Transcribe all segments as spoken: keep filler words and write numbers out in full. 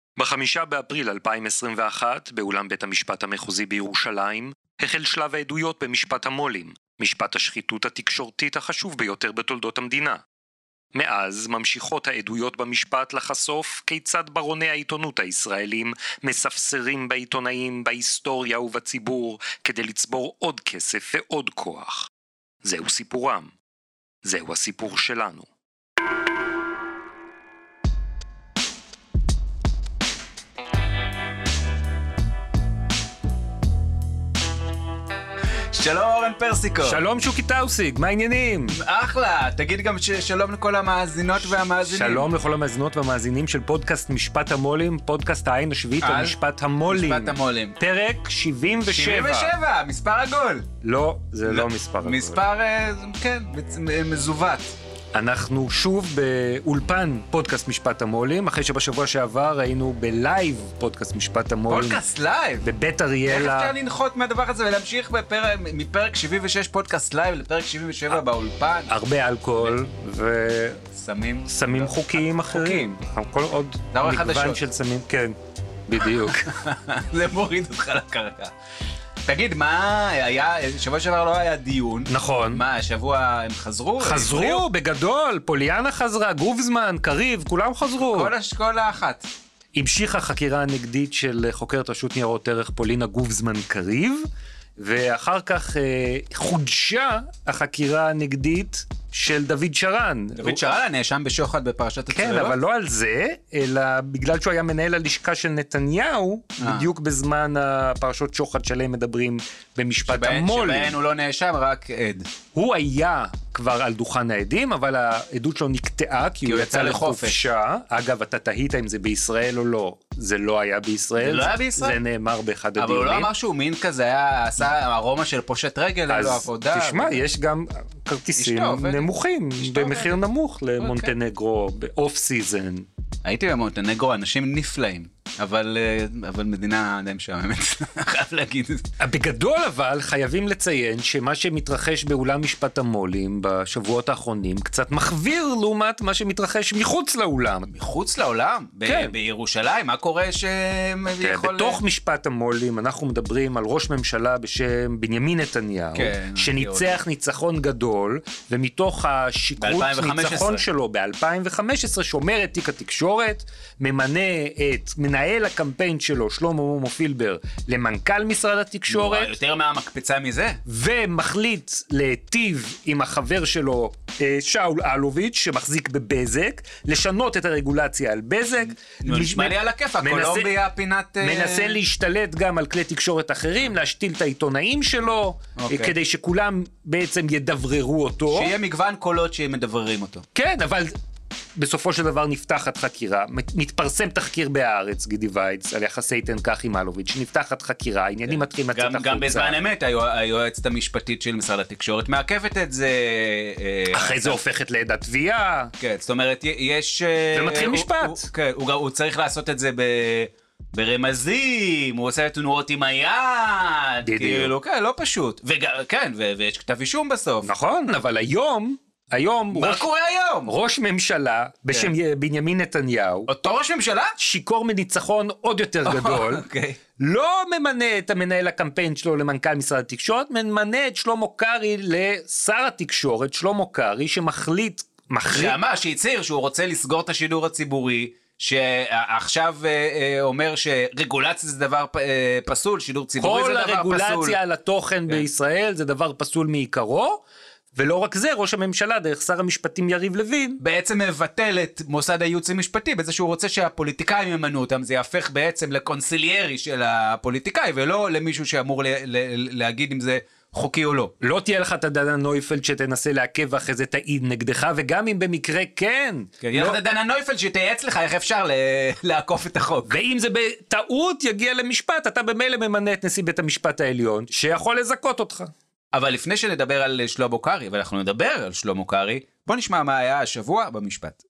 בחמישה באפריל אלפיים עשרים ואחת, באולם בית המשפט המחוזי בירושלים, החל שלב העדויות במשפט המולים, משפט השחיתות התקשורתית החשוב ביותר בתולדות המדינה. מאז ממשיכות העדויות במשפט לחשוף כיצד ברוני העיתונות הישראלים מספסרים בעיתונאים, בהיסטוריה ובציבור כדי לצבור עוד כסף ועוד כוח. זהו סיפורם. זהו הסיפור שלנו. שלום אורן פרסיקו. שלום שוקי טאוסיג, מה העניינים? אחלה, תגיד גם שלום לכל המאזינות והמאזינים. שלום לכל המאזינות והמאזינים של פודקאסט משפט המולים, פודקאסט העין השביעית על משפט המולים. משפט המולים. פרק שבעים ושבע. שבעים ושבע, מספר עגול. לא, זה לא מספר עגול. מספר, כן, מזוות. אנחנו שוב באולפן פודקאסט משפט המולים, אחרי שבשבוע שעבר היינו בלייב פודקאסט משפט המולים. פודקאסט לייב? בבית אריאלה. איך אפשר לנחות מהדבר הזה ולהמשיך בפרק, מפרק שבעים ושש פודקאסט לייב לפרק שבעים ושבע באולפן? הרבה אלכוהול ו... סמים? סמים חוקיים אחרים. כל עוד מגוון של סמים, כן, בדיוק. זה מוריד אותך לקרקע. תגיד, מה היה, שבוע שעבר לא היה דיון. נכון. מה, השבוע הם חזרו? חזרו, בגדול, פוליאנה חזרה, גרובזמן, קריב, כולם חזרו. כל אשכולה אחת. המשיכה חקירה הנגדית של חוקרת רשות ניירות ערך פולינה גרובזמן קריב, ואחר כך אה, חודשה החקירה הנגדית של דוד שרן. דוד שרן הנאשם בשוחד בפרשת הצוללות? כן, אבל לא על זה, אלא בגלל שהוא היה מנהל הלשכה של נתניהו, אה. בדיוק בזמן הפרשות שוחד שלהם מדברים במשפט שבהן, המולים. שבהן הוא לא נאשם, רק עד. הוא היה כבר על דוכן העדים, אבל העדות שלו נקטעה, כי, כי הוא יצא לחופשה. אגב, אתה תהית אם זה בישראל או לא. זה לא היה בישראל. זה לא היה בישראל? זה נאמר באחד אבל הדיונים. הוא לא אמר שהוא מין כזה, היה, עשה ארומה של פושט רגל, אין לו עבודה. אז תשמע, יש גם כרטיסים נמוכים, במחיר נמוך למונטנגרו, באוף סיזן. הייתי במונטנגרו, אנשים נפלאים, אבל, אבל מדינה די משעממת, חייב להגיד את זה. בגדול אבל חייבים לציין שמה שמתרחש באולם משפט המולים בשבועות האחרונים קצת מחוויר לעומת מה שמתרחש מחוץ לאולם. מחוץ לאולם? כן. ב- בירושלים? מה קורה שיכול... בתוך משפט המולים אנחנו מדברים על ראש ממשלה בשם בנימין נתניהו, כן, שניצח ניצחון גדול, ומתוך השקרות ניצחון שלו ב-אלפיים וחמש עשרה שומר את תיק התקשורת, ממנה את מנהל הקמפיין שלו, שלמה מומו פילבר, למנכ"ל משרד התקשורת. יותר מהמקפצה מזה. ומחליט להיטיב עם החבר שלו, שאול אלוביץ', שמחזיק בבזק, לשנות את הרגולציה על בזק. נשמע לי על הכיף, הקולומביה פינת... מנסה להשתלט גם על כלי תקשורת אחרים, להשתיל את העיתונאים שלו, כדי שכולם בעצם ידבררו אותו. שיהיה מגוון קולות שמדבררים אותו. כן, אבל... בסופו של דבר נפתחת חקירה, מתפרסם תחקיר בהארץ, גידי וייץ, על יחסי תן כך עם אלוביץ', נפתחת חקירה, העניינים מתחילים לצאת החוצה. גם בזמן אמת, היועצת המשפטית של משרד התקשורת מעכבת את זה. אחרי זה הופכת לעד התביעה. כן, זאת אומרת, יש... ומתחיל משפט. כן, הוא צריך לעשות את זה ב... ברמזים, הוא עושה תנועות עם היד. כאילו, כן, לא פשוט. כן, ויש כתב אישום בסוף. נכון, אבל היום... היום... מה קורה היום? ראש ממשלה בשם בנימין נתניהו. אותו ראש ממשלה? שיקור מניצחון עוד יותר גדול. לא ממנה את המנהל הקמפיין שלו למנכ"ל משרד התקשורת, ממנה את שלמה קרעי לשר התקשורת, שלמה קרעי, שמחליט... שאמר, שהצהיר שהוא רוצה לסגור את השידור הציבורי, שעכשיו אומר שרגולציה זה דבר פסול, שידור ציבורי זה דבר פסול. כל הרגולציה על התוכן בישראל זה דבר פסול מעיקרו, ולא רק זה, ראש הממשלה, דרך שר המשפטים יריב לוין, בעצם מבטל את מוסד הייעוץ המשפטי, בזה שהוא רוצה שהפוליטיקאים ימנו אותם, זה יהפך בעצם לקונסיליירי של הפוליטיקאי, ולא למישהו שאמור ל- ל- להגיד אם זה חוקי או לא. לא תהיה לך את דנה נויפלד שתנסה לעכב אחרי זה תעיד נגדך, וגם אם במקרה כן. כן, יהיה לך את דנה נויפלד שתייעץ לך איך אפשר לעקוף את החוק. ואם זה בטעות יגיע למשפט, אתה במילא ממנה את נשיא בית המשפט העליון, שיכול לזכות אותך. אבל לפני שנדבר על שלמה קרעי, ואנחנו נדבר על שלמה קרעי, בוא נשמע מה היה השבוע במשפט.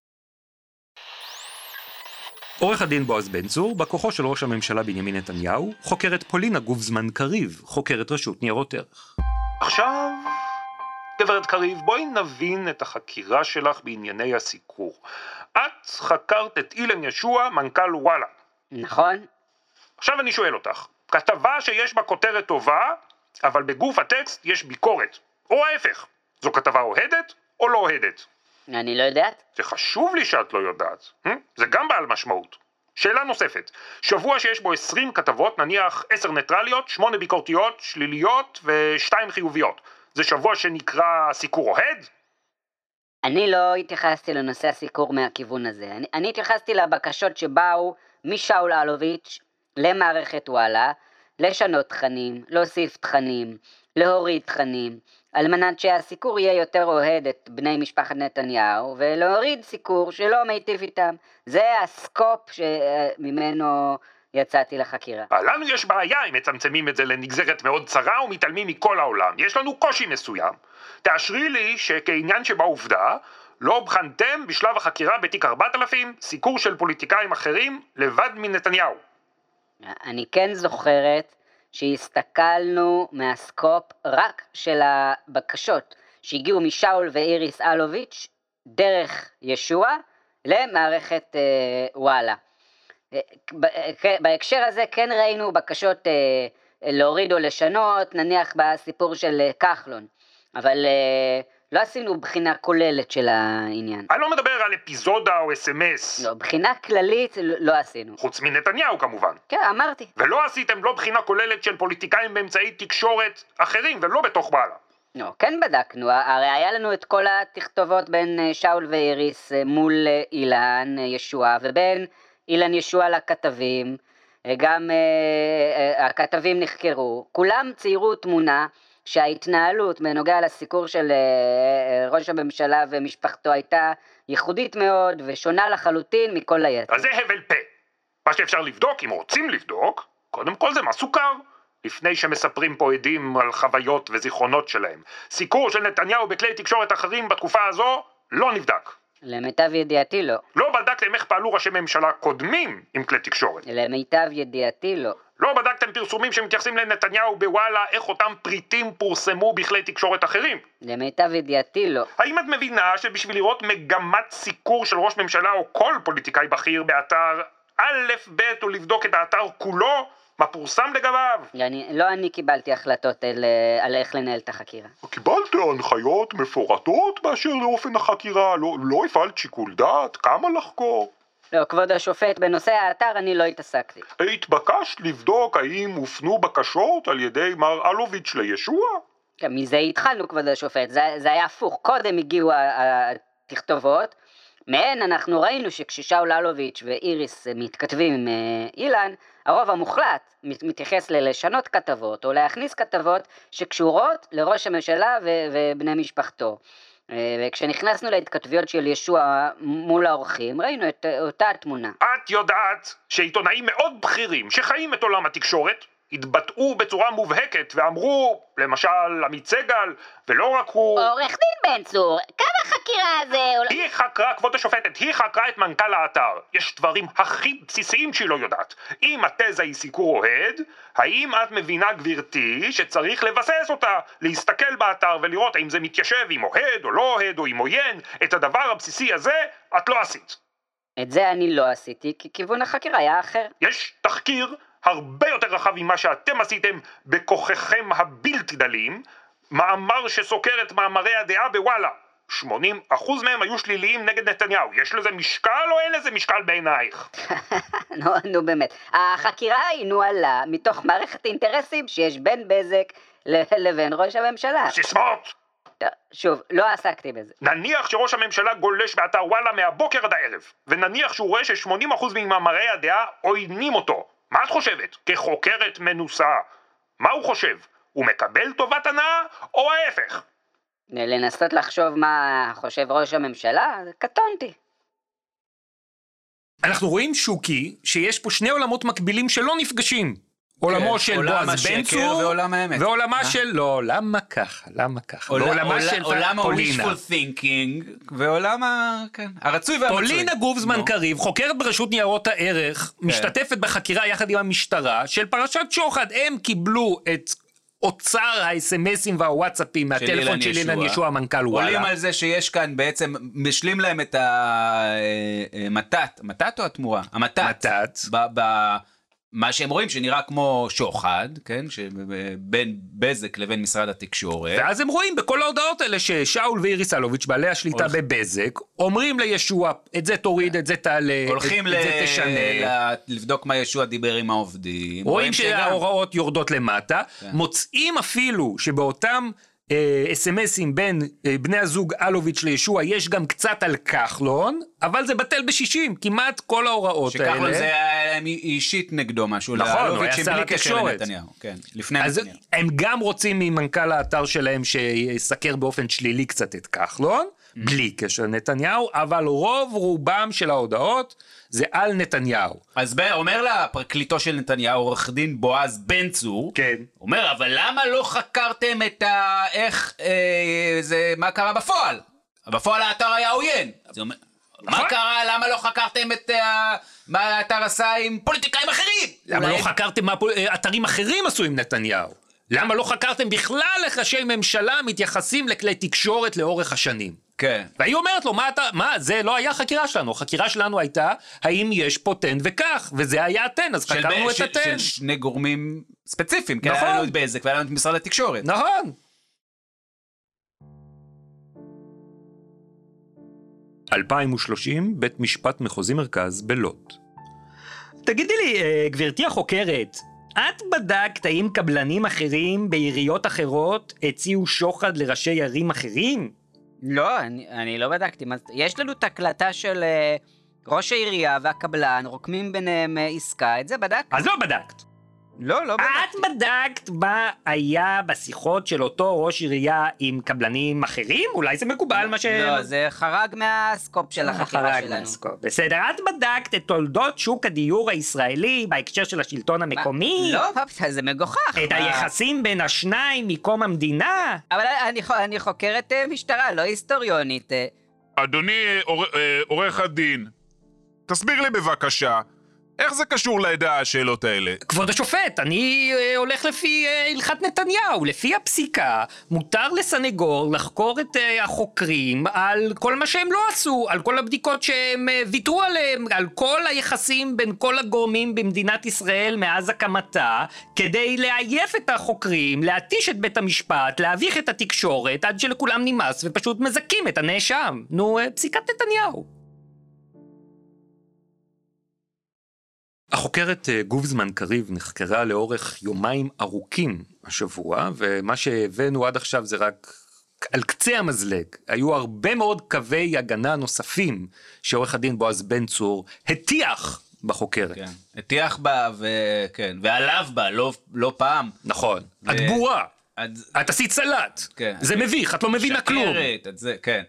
עורך הדין בועז בן צור, בכוחו של ראש הממשלה בנימין נתניהו, חוקרת פולינה גרובזמן קריב, חוקרת רשות ניירות ערך. עכשיו, גברת קריב, בואי נבין את החקירה שלך בענייני הסיקור. את חקרת את אילן ישוע, מנכ"ל וואלה. נכון. עכשיו אני שואל אותך, כתבה שיש בה כותרת טובה, אבל בגוף הטקסט יש ביקורת, או ההפך, זו כתבה אוהדת או לא אוהדת? אני לא יודעת. זה חשוב לי שאת לא יודעת, זה גם בעל משמעות. שאלה נוספת, שבוע שיש בו עשרים כתבות, נניח עשר ניטרליות, שמונה ביקורתיות, שליליות ושתיים חיוביות. זה שבוע שנקרא סיקור אוהד? אני לא התייחסתי לנושא הסיקור מהכיוון הזה. אני, אני התייחסתי לבקשות שבאו משאול אלוביץ' למערכת וואלה, לשנות תכנים, להוסיף תכנים, להוריד תכנים, על מנת שהסיקור יהיה יותר אוהד את בני משפחת נתניהו, ולהוריד סיקור שלא מיטיב איתם. זה הסקופ שממנו יצאתי לחקירה. לנו יש בעיה אם מצמצמים את זה לנגזרת מאוד צרה ומתעלמים מכל העולם. יש לנו קושי מסוים. תאשרי לי שכעניין שבעובדה, לא בחנתם בשלב החקירה בתיק ארבעת אלפים סיקור של פוליטיקאים אחרים לבד מנתניהו. אני כן זוכרת שהסתכלנו מהסקופ רק של הבקשות שהגיעו משאול ואיריס אלוביץ' דרך ישוע למערכת אה, וואלה. בהקשר הזה כן ראינו בקשות אה, להוריד או לשנות, נניח בסיפור של אה, כחלון, אבל אה, לא עשינו בחינה כוללת של העניין. אני לא מדבר על אפיזודה או אס אם אס. לא, בחינה כללית לא עשינו. חוץ מנתניהו כמובן. כן, אמרתי. ולא עשיתם לא בחינה כוללת של פוליטיקאים באמצעי תקשורת אחרים ולא בתוך בעלה. לא, כן בדקנו, הרי היה לנו את כל התכתובות בין שאול ואיריס מול אילן ישוע, ובין אילן ישוע לכתבים, גם uh, הכתבים נחקרו, כולם ציירו תמונה שההתנהלות בנוגע לסיקור של uh, ראש הממשלה ומשפחתו הייתה ייחודית מאוד ושונה לחלוטין מכל היתר. אז זה הבל פה. מה שאפשר לבדוק, אם רוצים לבדוק, קודם כל זה מה סוכר. לפני שמספרים פה עדים על חוויות וזיכרונות שלהם. סיקור של נתניהו בכלי תקשורת אחרים בתקופה הזו לא נבדק. למיטב ידיעתי לא. לא בדקתם איך פעלו ראשי ממשלה קודמים עם כלי תקשורת. למיטב ידיעתי לא. לא בדקתם פרסומים שמתייחסים לנתניהו בוואלה, איך אותם פריטים פורסמו בכלי תקשורת אחרים. למיטב ידיעתי לא. האם את מבינה שבשביל לראות מגמת סיקור של ראש ממשלה או כל פוליטיקאי בכיר באתר א' ב' או לבדוק את האתר כולו, מה פורסם לגביו? אני, לא אני קיבלתי החלטות על, על איך לנהל את החקירה. קיבלת הנחיות מפורטות באשר לאופן החקירה? לא, לא הפעלת שיקול דעת? כמה לחקור? לא, כבוד השופט, בנושא האתר אני לא התעסקתי. התבקשת לבדוק האם הופנו בקשות על ידי מר אלוביץ' לישוע? כן, מזה התחלנו, כבוד השופט. זה, זה היה הפוך. קודם הגיעו התכתובות, מהן אנחנו ראינו שכששאול אלוביץ' ואיריס מתכתבים עם אילן, הרוב המוחלט מתייחס ללשנות כתבות או להכניס כתבות שקשורות לראש הממשלה ו- ובני משפחתו. וכשנכנסנו להתכתביות של ישוע מול האורחים, ראינו את אותה התמונה. את יודעת שעיתונאים מאוד בכירים שחיים את עולם התקשורת התבטאו בצורה מובהקת ואמרו, למשל עמית סגל, ולא רק הוא... עורך דין בן צור, כמה חקירה זה? היא חקרה, כבוד השופטת, היא חקרה את מנכ"ל האתר. יש דברים הכי בסיסיים שהיא לא יודעת. אם התזה היא סיקור אוהד, האם את מבינה, גברתי, שצריך לבסס אותה, להסתכל באתר ולראות האם זה מתיישב עם אוהד או לא אוהד או עם עוין? את הדבר הבסיסי הזה את לא עשית. את זה אני לא עשיתי, כי כיוון החקירה היה אחר. יש תחקיר הרבה יותר רחב ממה שאתם עשיתם בכוחכם הבלתי דלים, מאמר שסוקר את מאמרי הדעה בוואלה. שמונים אחוז מהם היו שליליים נגד נתניהו. יש לזה משקל או אין לזה משקל בעינייך? נו, נו באמת. החקירה היא נוהלה מתוך מערכת אינטרסים שיש בין בזק לבין ראש הממשלה. סיסמאות! שוב, לא עסקתי בזה. נניח שראש הממשלה גולש באתר וואלה מהבוקר עד הערב, ונניח שהוא רואה ש-שמונים אחוז ממאמרי הדעה עוינים אותו. מה את חושבת? כחוקרת מנוסה. מה הוא חושב? הוא מקבל טובת הנאה או ההפך? לנסות לחשוב מה חושב ראש הממשלה, קטונתי. אנחנו רואים שוקי שיש פה שני עולמות מקבילים שלא נפגשים. עולמו של בועז בן צור ועולם האמת. ועולמה של... לא, למה ככה? למה ככה? ועולמה של עולם פולינה. ה-wishful thinking ועולם הרצוי והמצוי. פולינה גובזמן קריב, חוקרת ברשות ניירות הערך, משתתפת בחקירה יחד עם המשטרה של פרשת שוחד. הם קיבלו את אוצר האס-אמסים והוואטסאפים מהטלפון של אילן ישוע, המנכ"ל וואלה. עולים על זה שיש כאן בעצם, משלים להם את המתת, מתת או התמורה? המתת. מתת. מה שהם רואים שנראה כמו שוחד, כן? בין בזק לבין משרד התקשורת. ואז הם רואים בכל ההודעות האלה ששאול ואיריס אלוביץ', בעלי השליטה הולכ... בבזק, אומרים לישוע, את זה תוריד, את זה תעלה, הולכים את, ל... את זה תשנה. לבדוק מה ישוע דיבר עם העובדים. רואים שההוראות יורדות למטה, כן. מוצאים אפילו שבאותם אס-אמסים בין בני הזוג אלוביץ' לישוע יש גם קצת על כחלון, אבל זה בטל בשישים, כמעט כל ההוראות האלה. שכחלון זה אישית נגדו משהו, נכון, לאלוביץ' בלי קשר לנתניהו, כן, לפני נתניהו. הם גם רוצים ממנכ"ל האתר שלהם שיסקר באופן שלילי קצת את כחלון, בלי קשר לנתניהו, אבל רוב רובם של ההודעות זה על נתניהו. אז אומר לפרקליטו של נתניהו, עורך דין בועז בן צור, כן. אומר, אבל למה לא חקרתם את ה... איך... אה, זה... מה קרה בפועל? בפועל האתר היה עוין. זה אומר, מה קרה? למה לא חקרתם את ה... מה האתר עשה עם פוליטיקאים אחרים? למה לא חקרתם מה אתרים אחרים עשו עם נתניהו? למה לא חקרתם בכלל איך ראשי ממשלה מתייחסים לכלי תקשורת לאורך השנים? כן. והיא אומרת לו, מה אתה, מה, זה לא היה חקירה שלנו, החקירה שלנו הייתה, האם יש פה תן וכך, וזה היה תן, אז חקרנו את התן. של שני גורמים ספציפיים, נכון. כי היה לנו את בזק והיה לנו את משרד התקשורת. נכון. אלפיים ושלושים, בית משפט מחוזי מרכז בלוד. תגידי לי, גברתי החוקרת, את בדקת האם קבלנים אחרים בעיריות אחרות הציעו שוחד לראשי ערים אחרים? לא, אני, אני לא בדקתי. יש לנו את הקלטה של uh, ראש העירייה והקבלן, רוקמים ביניהם uh, עסקה, את זה בדקת? אז לא בדקת. לא, לא בדקתי. את בדקת מה היה בשיחות של אותו ראש עירייה עם קבלנים אחרים? אולי זה מקובל מה ש... לא, זה חרג מהסקופ של החקירה שלנו. מהסקופ. בסדר, את בדקת את תולדות שוק הדיור הישראלי בהקשר של השלטון המקומי? לא, זה מגוחך. את היחסים בין השניים מקום המדינה? אבל אני, אני חוקרת משטרה, לא היסטוריונית. אדוני עורך הדין, תסביר לי בבקשה, איך זה קשור לעדה השאלות האלה? כבוד השופט, אני אה, הולך לפי אה, הלכת נתניהו, לפי הפסיקה, מותר לסנגור לחקור את אה, החוקרים על כל מה שהם לא עשו, על כל הבדיקות שהם אה, ויתרו עליהם, על כל היחסים בין כל הגורמים במדינת ישראל מאז הקמתה, כדי לעייף את החוקרים, להתיש את בית המשפט, להביך את התקשורת, עד שלכולם נמאס ופשוט מזכים את הנאשם. נו, אה, פסיקת נתניהו. החוקרת גובזמן קריב נחקרה לאורך יומיים ארוכים השבוע, ומה שהבאנו עד עכשיו זה רק על קצה המזלג. היו הרבה מאוד קווי הגנה נוספים שעורך הדין בועז בן צור הטיח בחוקרת. כן, הטיח בה, וכן, ועליו בה, לא, לא פעם. נכון, ו... את בורה, את... את עשית סלט, כן. זה מביך, את לא מבינה כלום. שקרת, את זה, כן.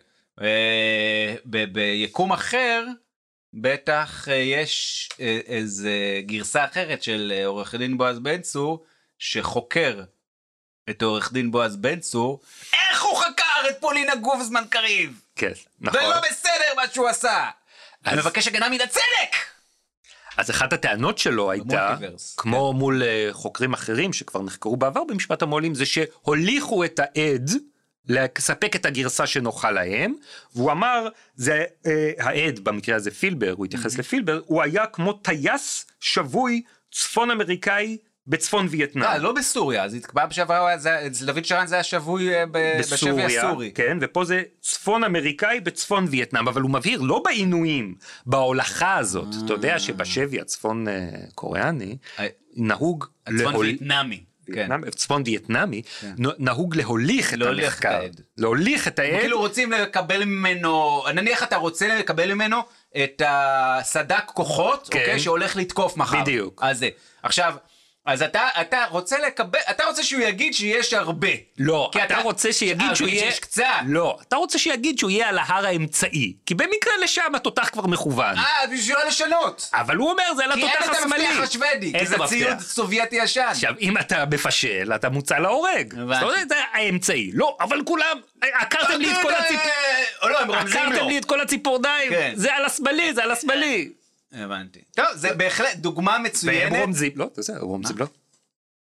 ב- ביקום אחר, בטח יש איזה גרסה אחרת של עורך דין בועז בן צור, שחוקר את עורך דין בועז בן צור, איך הוא חקר את פולינה גובזמן קריב? כן, נכון. זה לא בסדר מה שהוא עשה. אז... אני מבקש הגנה מן הצדק! אז אחת הטענות שלו הייתה, כמו מול חוקרים אחרים שכבר נחקרו בעבר במשפט המו"לים, זה שהוליכו את העד לספק את הגרסה שנוחה להם, והוא אמר, זה אה, העד, במקרה הזה פילבר, הוא התייחס לפילבר, הוא היה כמו טייס שבוי צפון אמריקאי בצפון וייטנאם. לא, לא בסוריה, אז התקבע בשבוע, אצל דוד שרן זה היה שבוי בשבי הסורי. כן, ופה זה צפון אמריקאי בצפון וייטנאם, אבל הוא מבהיר, לא בעינויים, בהולכה הזאת. אתה יודע שבשבי הצפון קוריאני, נהוג הצפון וייטנאמי. צפון וייטנאמי, נהוג להוליך את המחקר. להוליך את העד. כאילו רוצים לקבל ממנו, נניח אתה רוצה לקבל ממנו את הסדק כוחות, אוקיי, שהולך לתקוף מחר. בדיוק. אז זה. עכשיו, אז אתה, אתה רוצה לקבל, אתה רוצה שהוא יגיד שיש הרבה. לא, אתה, אתה רוצה שיגיד שהוא יהיה... קצת. לא, אתה רוצה שיגיד שהוא יהיה על ההר האמצעי. כי במקרה לשם התותח כבר מכוון. אה, בשביל לשנות. אבל הוא אומר, זה על התותח השמאלי. כי אין את המפתח השוודי, כי זה ציוד סובייטי ישן. עכשיו, אם אתה מפשל, אתה מוצא להורג. זאת אומרת, זה האמצעי. לא, אבל כולם, עקרתם לי את כל הציפור... לא, הם רומזים לו. עקרתם לי את כל הציפורניים. זה על השמאלי, זה על השמאלי. הבנתי. טוב, זה בהחלט דוגמה מצוינת. והם רומזים, לא, זה רומזים, לא.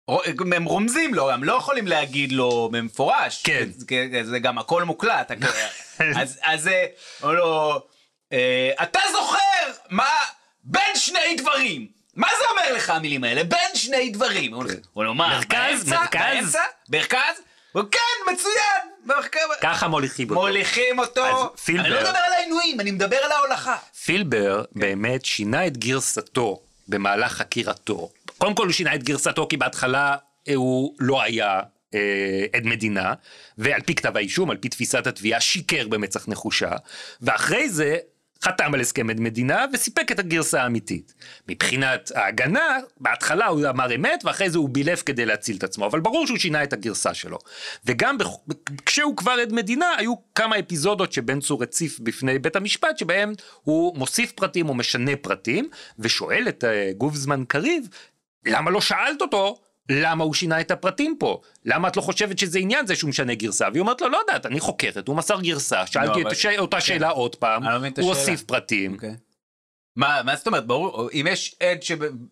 הם רומזים לו, הם לא יכולים להגיד לו במפורש. כן. זה גם הכל מוקלט. אז, אז, או לא, אתה זוכר מה בין שני דברים? מה זה אומר לך המילים האלה? בין שני דברים. הוא אומר, מה? מרכז, מרכז. מרכז? כן, מצוין. ככה מוליכים אותו. מוליכים אותו. פילבר, אני לא מדבר על העינויים, אני מדבר על ההולכה. פילבר באמת שינה את גרסתו במהלך חקירתו. קודם כל הוא שינה את גרסתו כי בהתחלה הוא לא היה אה, עד מדינה, ועל פי כתב האישום, על פי תפיסת התביעה, שיקר במצח נחושה, ואחרי זה חתם על הסכם עד מדינה וסיפק את הגרסה האמיתית. מבחינת ההגנה, בהתחלה הוא אמר אמת, ואחרי זה הוא בילף כדי להציל את עצמו, אבל ברור שהוא שינה את הגרסה שלו. וגם בכ... כשהוא כבר עד מדינה, היו כמה אפיזודות שבן צור הציף בפני בית המשפט, שבהם הוא מוסיף פרטים או משנה פרטים, ושואל את uh, גובזמן קריב, למה לא שאלת אותו? למה הוא שינה את הפרטים פה? למה את לא חושבת שזה עניין זה שהוא משנה גרסה? והיא אומרת לו, לא יודעת, אני חוקרת, הוא מסר גרסה, שאלתי את אותה שאלה עוד פעם, הוא הוסיף פרטים. מה זאת אומרת? ברור, אם יש עד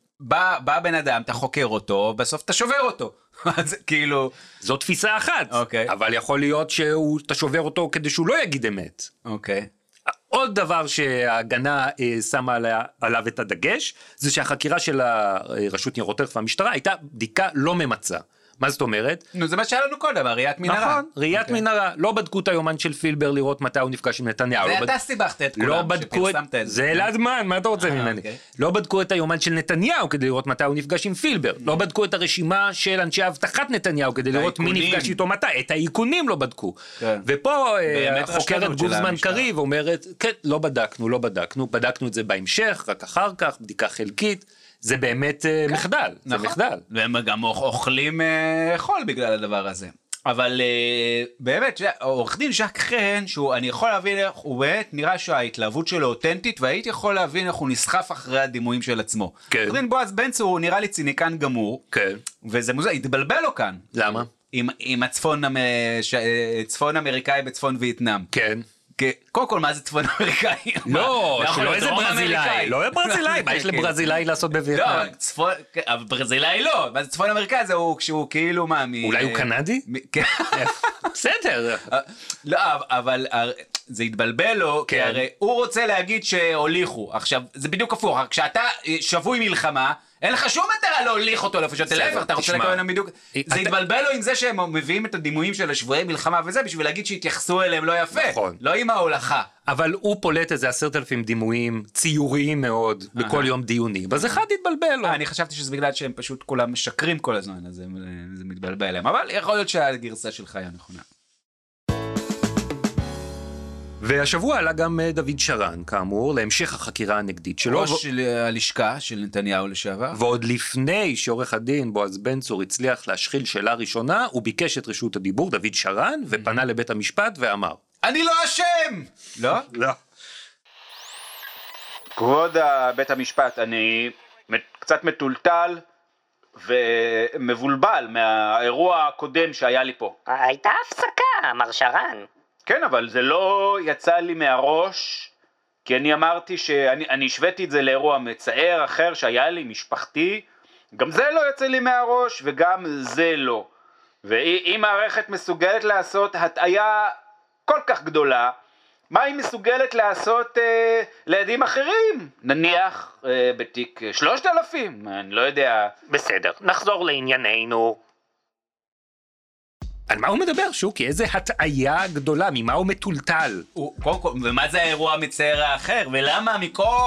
שבא בן אדם, אתה חוקר אותו, בסוף אתה שובר אותו. אז כאילו... זו תפיסה אחת, אבל יכול להיות שאתה שובר אותו כדי שהוא לא יגיד אמת. אוקיי. עוד דבר שההגנה אה, שמה עליה, עליו את הדגש, זה שהחקירה של הרשות ניירות ערך והמשטרה הייתה בדיקה לא ממצה. מה זאת אומרת? נו, זה מה שהיה לנו קודם, ראיית מנהרה. נכון, ראיית מנהרה. לא בדקו את היומן של פילבר לראות מתי הוא נפגש עם נתניהו. זה אתה סיבכת את כולם שפרסמת את זה. זה אלעזמן, מה אתה רוצה ממני? לא בדקו את היומן של נתניהו כדי לראות מתי הוא נפגש עם פילבר. לא בדקו את הרשימה של אנשי הבטחת נתניהו כדי לראות מי נפגש איתו מתי. את האיכונים לא בדקו. ופה החוקרת גובזמן קריב אומרת, כן, לא בדקנו, לא בדקנו. בדקנו את זה בהמשך, רק אחר כך, בדיקה חלקית. זה באמת כן. מחדל, נכון. זה מחדל. והם גם אוכלים חול בגלל הדבר הזה. אבל באמת, עורך דין ז'ק חן, שאני יכול להבין איך, הוא באמת נראה שההתלהבות שלו אותנטית, והייתי יכול להבין איך הוא נסחף אחרי הדימויים של עצמו. כן. עורך דין בועז בן צור, הוא נראה לי ציניקן גמור. כן. וזה מוזר, התבלבל לו כאן. למה? עם, עם הצפון, צפון אמריקאי בצפון וייטנאם. כן. קודם כל, מה זה צפון אמריקאי? לא, שלא איזה ברזילאי, לא ברזילאי, מה יש לברזילאי לעשות בווייטנאם? לא, צפון, אבל ברזילאי לא, מה זה צפון אמריקאי זה כשהוא כאילו מה, אולי הוא קנדי? בסדר. לא, אבל זה התבלבל לו, כי הרי הוא רוצה להגיד שהוליכו, עכשיו, זה בדיוק הפוך, כשאתה שבוי מלחמה, אין לך שום מטרה להוליך אותו לפשוט אליך, אתה רוצה לקרוא בדיוק, זה התבלבל לו עם זה שהם מביאים את הדימויים של השבויי מלחמה וזה, בשביל להגיד שהתייחסו אליהם לא יפה, לא עם ההולכה. אבל הוא פולט איזה עשרת אלפים דימויים ציוריים מאוד, בכל יום דיונים, אז אחד התבלבל לו. אני חשבתי שזה בגלל שהם פשוט כולם משקרים כל הזמן, אז זה מתבלבל להם, אבל יכול להיות שהגרסה שלך היה נכונה. והשבוע עלה גם דוד שרן, כאמור, להמשך החקירה הנגדית שלו. ראש של הלשכה של נתניהו לשעבר. ועוד לפני שעורך הדין בועז בן צור הצליח להשחיל שאלה ראשונה, הוא ביקש את רשות הדיבור, דוד שרן, ופנה לבית המשפט ואמר, אני לא אשם! לא? לא. כבוד בית המשפט, אני קצת מטולטל ומבולבל מהאירוע הקודם שהיה לי פה. הייתה הפסקה, מר שרן. כן, אבל זה לא יצא לי מהראש, כי אני אמרתי שאני אני השוויתי את זה לאירוע מצער אחר שהיה לי, משפחתי, גם זה לא יצא לי מהראש וגם זה לא. ואם מערכת מסוגלת לעשות הטעיה כל כך גדולה, מה היא מסוגלת לעשות אה, לידים אחרים? נניח אה, בתיק שלושת אלפים, אני לא יודע. בסדר, נחזור לענייננו. על מה הוא מדבר, שוקי? איזה הטעיה גדולה, ממה הוא מטולטל? הוא, קודם כל, ומה זה האירוע המצער האחר? ולמה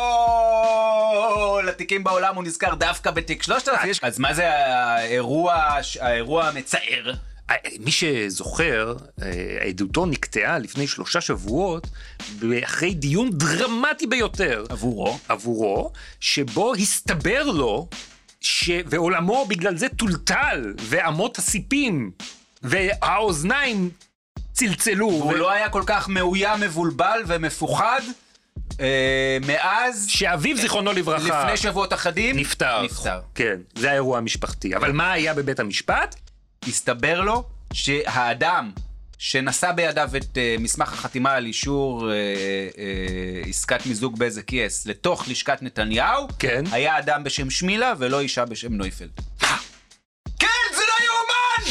מכל התיקים בעולם הוא נזכר דווקא בתיק שלושת אלפים? אז מה זה האירוע, האירוע המצער? מי שזוכר, עדותו נקטעה לפני שלושה שבועות, אחרי דיון דרמטי ביותר. עבורו? עבורו, שבו הסתבר לו, ש... ועולמו בגלל זה טולטל, ואמות הסיפים, והאוזניים צלצלו. הוא ו... לא היה כל כך מאוים, מבולבל ומפוחד, אה, מאז... שאביו זיכרונו לברכה... לפני שבועות אחדים... נפטר. נפטר. כן, זה האירוע המשפחתי. אבל מה היה בבית המשפט? הסתבר לו שהאדם שנשא בידיו את uh, מסמך החתימה על אישור uh, uh, עסקת מיזוג בזק יס לתוך לשכת נתניהו, כן. היה אדם בשם שמילה ולא אישה בשם נויפלד. כן!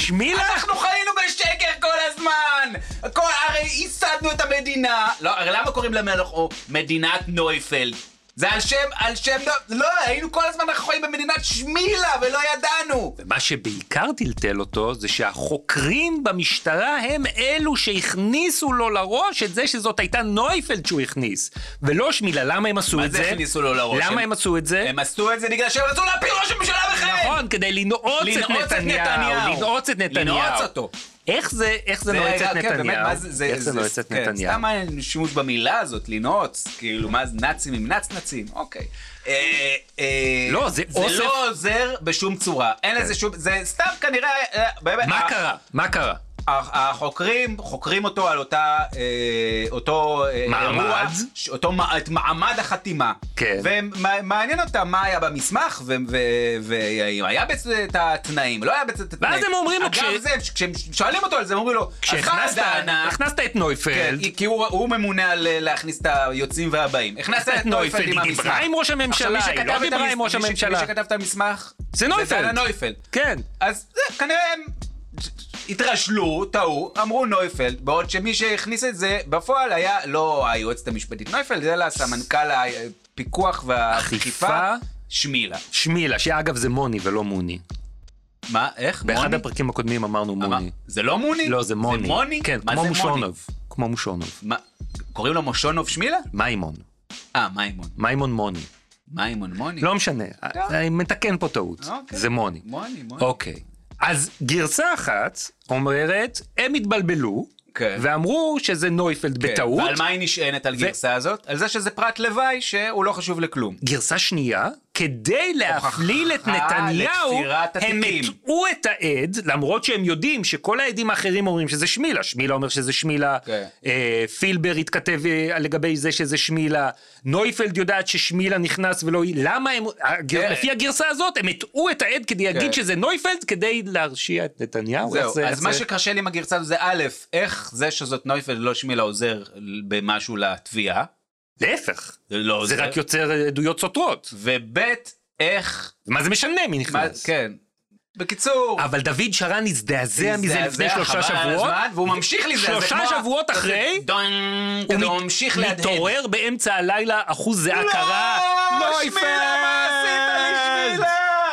שמילה? אנחנו חיינו בשקר כל הזמן! כל, הרי ייסדנו את המדינה. לא, הרי למה קוראים למלך או מדינת נויפלד? זה על שם, על שם, לא, היינו כל הזמן אנחנו חיים במדינת שמילה ולא ידענו. ומה שבעיקר טלטל אותו זה שהחוקרים במשטרה הם אלו שהכניסו לו לראש את זה שזאת הייתה נויפלד שהוא הכניס, ולא שמילה. למה הם עשו את זה? מה זה הכניסו לו לראש? למה הם עשו את זה? הם עשו את זה בגלל שהם רצו להפיל ראש הממשלה בכלל. נכון, כדי לנעוץ את נתניהו. לנעוץ את נתניהו. לנעוץ אותו. איך זה, איך זה נועץ את נתניהו? איך זה נועץ את נתניהו? סתם אין שימוש במילה הזאת, לנעוץ, כאילו, מה זה נאצים עם נאצ-נאצים, אוקיי. לא, זה אוסף... זה לא עוזר בשום צורה, אין לזה שום, זה סתם כנראה... מה קרה? מה קרה? החוקרים, חוקרים אותו על אותה, אותו מעמד, אותו מעמד החתימה, ומעניין אותם מה היה במסמך, והאם היה בעצם את התנאים, לא היה בעצם את התנאים. ואז הם אומרים לו, אגב זה, כשהם שואלים אותו על זה, הם אומרים לו, כשהכנסת את נויפלד, כי הוא ממונה על להכניס את היוצאים והבאים, הכנסת את נויפלד עם המסמך. דיברה עם ראש הממשלה, היא לא דיברה עם ראש הממשלה. מי שכתב את המסמך, זה נויפלד. כן. אז כנראה הם... התרשלו, טעו, אמרו נויפלד, בעוד שמי שהכניס את זה בפועל היה לא היועצת המשפטית נויפלד, אלא סמנכ"ל הפיקוח והאכיפה, שמילה. שמילה, שאגב זה מוני ולא מוני. מה? איך? באחד מוני? הפרקים הקודמים אמרנו מוני. זה לא מוני? לא, זה מוני. זה מוני? כן, מה כמו זה מושונוב. כמו מושונוב. מה? קוראים לו מושונוב שמילה? מיימון. אה, מיימון. מיימון מוני. מיימון מוני? לא משנה, אני מתקן פה טעות. זה מוני. מוני, מוני. אוקיי. אז גרסה אחת אומרת, הם התבלבלו, ואמרו שזה נויפלד בטעות. ועל מה היא נשענת על גרסה הזאת? על זה שזה פרט לוואי שהוא לא חשוב לכלום. גרסה שנייה, כדי להפליל את נתניהו, הם הטעו את העד, למרות שהם יודעים שכל העדים האחרים אומרים שזה שמילה, שמילה אומר שזה שמילה, פילבר התכתב לגבי זה שזה שמילה, נויפלד יודעת ששמילה נכנס ולא היא, למה הם, לפי הגרסה הזאת, הם הטעו את העד כדי להגיד שזה נויפלד, כדי להרשיע את נתניהו. זהו, אז מה שקשה לי עם הגרסה הזאת זה א', איך זה שזאת נויפלד לא שמילה עוזר במשהו לתביעה? להפך, לא זה רק יוצר עדויות סותרות. ובית, איך... מה זה משנה מי נכנס? כן. בקיצור... אבל דוד שרן הזדעזע מזה לפני שלושה שבועות, והוא ממשיך להזדעזע. שלושה שבועות אחרי, הוא ממשיך להדהד. הוא מתעורר באמצע הלילה, אחוז זהה קרה. לא, שמילה, מה עשית לי שמילה?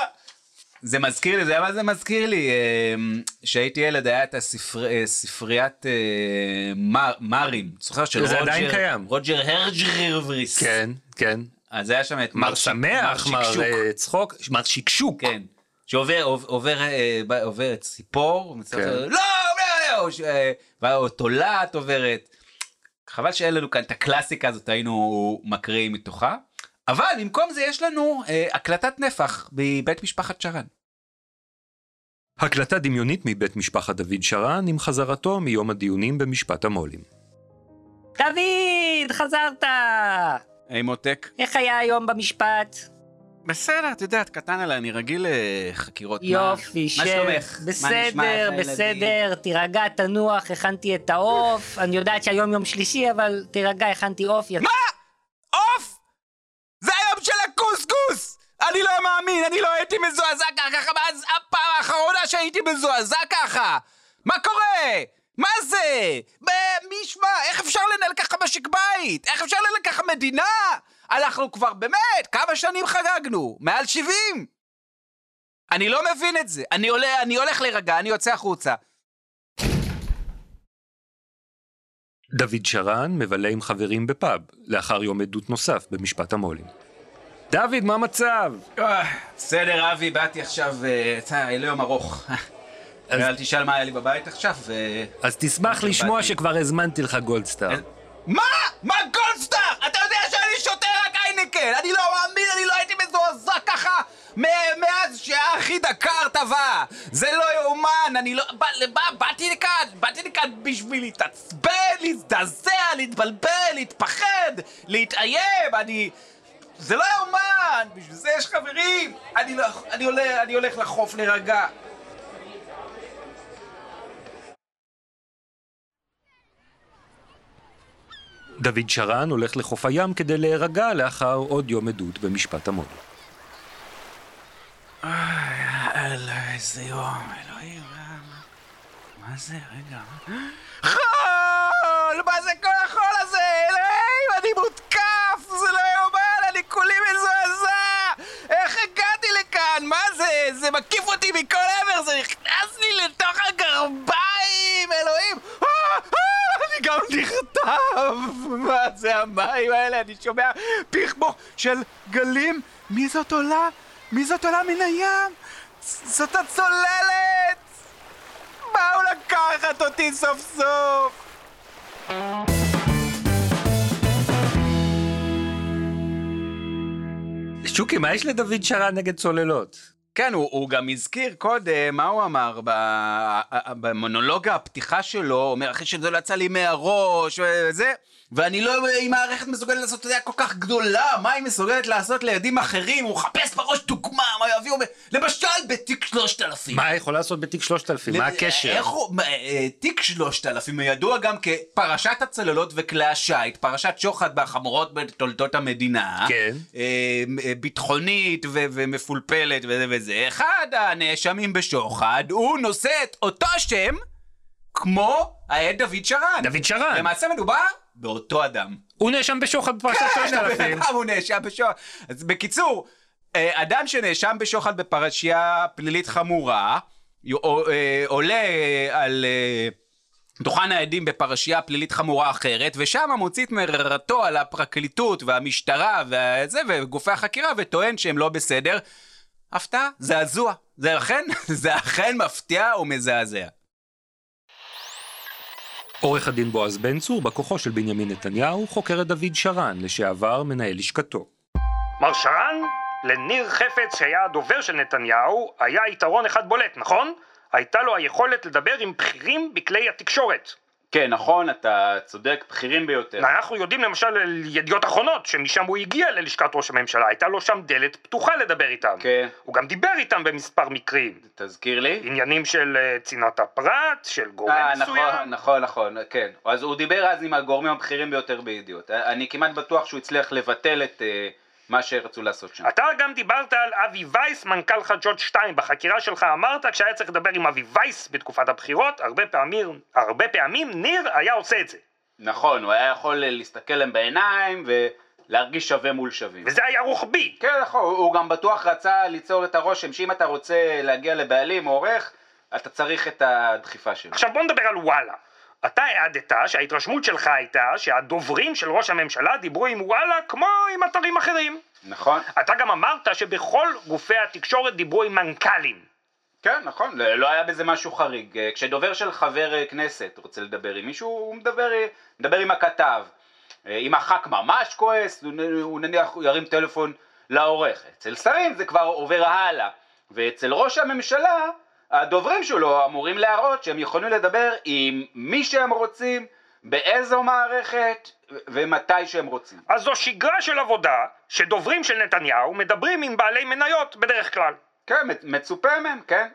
זה מזכיר לי, זה מה זה מזכיר לי, שהייתי ילד, היה את הספריית מרים, זוכר של רוג'ר, זה עדיין קיים. רוג'ר הרג'ריבריס. כן, כן. אז היה שם את מר שמח, מר צחוק, מר שקשוק. כן, שעובר עוברת ציפור, לא, לא, תולעת עוברת. חבל שאין לנו כאן את הקלאסיקה הזאת, היינו מקריאים מתוכה. אבל במקום זה יש לנו אה, הקלטת נפח בבית משפחת שרן. הקלטה דמיונית מבית משפחת דוד שרן עם חזרתו מיום הדיונים במשפט המולים. דוד, חזרת! היי מותק. איך היה היום במשפט? בסדר, את יודעת, קטן עליי, אני רגיל לחקירות. יופי, שף, בסדר, בסדר, תירגע, תנוח, הכנתי את העוף, אני יודעת שהיום יום שלישי, אבל תירגע, הכנתי עוף. מה? עוף? זה היום של הקוסקוס! אני לא מאמין, אני לא הייתי מזועזע ככה, מאז הפעם האחרונה שהייתי מזועזע ככה! מה קורה? מה זה? מי ישמע? איך אפשר לנהל ככה משק בית? איך אפשר לנהל ככה מדינה? אנחנו כבר באמת, כמה שנים חגגנו? מעל שבעים? אני לא מבין את זה. אני עולה, אני הולך להירגע, אני יוצא החוצה. דוד שרן מבלה עם חברים בפאב, לאחר יום עדות נוסף במשפט המולים. דוד, מה המצב? בסדר, אבי, באתי עכשיו, היה לי יום ארוך. אל תשאל מה היה לי בבית עכשיו. אז תשמח לשמוע שכבר הזמנתי לך גולדסטאר. מה? מה גולדסטאר? אתה יודע שאני שותה רק איינקן. אני לא מאמין, אני לא הייתי מזועזע ככה מאז שהאחי דקר טבע. זה לא יאומן, אני לא... באתי לכאן, באתי לכאן בשביל להתעצבן, להזדעזע, להתבלבל, להתפחד, להתאיים, אני... זה לא יאומן, בשביל זה יש חברים. אני לא... אני הולך, אני הולך לחוף להירגע. דוד שרן הולך לחוף הים כדי להירגע לאחר עוד יום עדות במשפט המולים. וואלה, איזה יום, אלוהים. מה זה? רגע. חול! מה זה כל החול הזה? אלוהים, אני מותקף! זה לא יאומן, אני כולי מזועזע! איך הגעתי לכאן? מה זה? זה מקיף אותי מכל עבר, זה נכנס לי לתוך הגרביים! אלוהים! אה, אה, אני גם נכתב! מה זה המים האלה? אני שומע פכבוך של גלים. מי זאת עולה? מי זאת עולה מן הים? זאת הצוללת! באו לקחת אותי סוף סוף! שוקי, מה יש לדוד שרן נגד צוללות? כן, הוא, הוא גם הזכיר קודם, מה הוא אמר במונולוג הפתיחה שלו, הוא אומר, אחרי שזה לא יצא לי מהראש וזה, ואני לא, אם הערכת מסוגלת לעשות, אתה יודע, כל כך גדולה, מה היא מסוגלת לעשות לידים אחרים, הוא חפש בראש דוגמה, מה יביאו, למשל בתיק שלושת אלפים. מה יכול לעשות בתיק שלושת אלפים? מה הקשר? איך הוא, תיק שלושת אלפים ידוע גם כפרשת הצוללות וכלי השיט, פרשת שוחד בחמורות בתולדות המדינה, כן. ביטחונית ומפולפלת וזה וזה. אחד הנאשמים בשוחד, הוא נושא את אותו שם כמו העד דוד שרן. דוד שרן. למעשה מדובר באותו אדם. הוא נאשם בשוחד בפרשת שלושת אלפים. הוא נאשם בשוחד. אז בקיצור, אדם שנאשם בשוחד בפרשייה פלילית חמורה, עולה על דוכן העדים בפרשייה פלילית חמורה אחרת, ושם מוציא את מררתו על הפרקליטות והמשטרה וזה, וגופי החקירה, וטוען שהם לא בסדר. הפתעה, זעזוע. זה אכן, זה אכן מפתיע ומזעזע. עורך הדין בועז בן צור, בכוחו של בנימין נתניהו, חוקר את דוד שרן, לשעבר מנהל לשכתו. מר שרן, לניר חפץ שהיה הדובר של נתניהו, היה יתרון אחד בולט, נכון? הייתה לו היכולת לדבר עם בכירים בכלי התקשורת. כן, נכון, אתה צודק, בכירים ביותר. אנחנו יודעים למשל על ידיעות אחרונות, שמשם הוא הגיע ללשכת ראש הממשלה, הייתה לו שם דלת פתוחה לדבר איתם. כן. הוא גם דיבר איתם במספר מקרים. תזכיר לי. עניינים של uh, צנעת הפרט, של גורם 아, מסוים. נכון, נכון, נכון, כן. אז הוא דיבר אז עם הגורמים הבכירים ביותר בידיעות. אני כמעט בטוח שהוא הצליח לבטל את... Uh, מה שרצו לעשות שם. אתה גם דיברת על אבי וייס, מנכ"ל חדשות שתיים. בחקירה שלך אמרת, כשהיה צריך לדבר עם אבי וייס בתקופת הבחירות, הרבה פעמים, הרבה פעמים ניר היה עושה את זה. נכון, הוא היה יכול להסתכל להם בעיניים ולהרגיש שווה מול שווים. וזה היה רוחבי. כן, נכון, הוא גם בטוח רצה ליצור את הרושם, שאם אתה רוצה להגיע לבעלים או עורך, אתה צריך את הדחיפה שלו. עכשיו בוא נדבר על וואלה. אתה העדת שההתרשמות שלך הייתה שהדוברים של ראש הממשלה דיברו עם וואלה כמו עם אתרים אחרים. נכון. אתה גם אמרת שבכל גופי התקשורת דיברו עם מנכ"לים. כן, נכון, לא היה בזה משהו חריג. כשדובר של חבר כנסת רוצה לדבר עם מישהו, הוא מדבר, מדבר עם הכתב. אם הח"כ ממש כועס, הוא נניח הוא ירים טלפון לעורך. אצל שרים זה כבר עובר הלאה. ואצל ראש הממשלה, הדוברים שלו אמורים להראות שהם יכולים לדבר עם מי שהם רוצים, באיזו מערכת ומתי שהם רוצים. אז זו שגרה של עבודה שדוברים של נתניהו מדברים עם בעלי מניות בדרך כלל. כן, מצופה מהם, כן.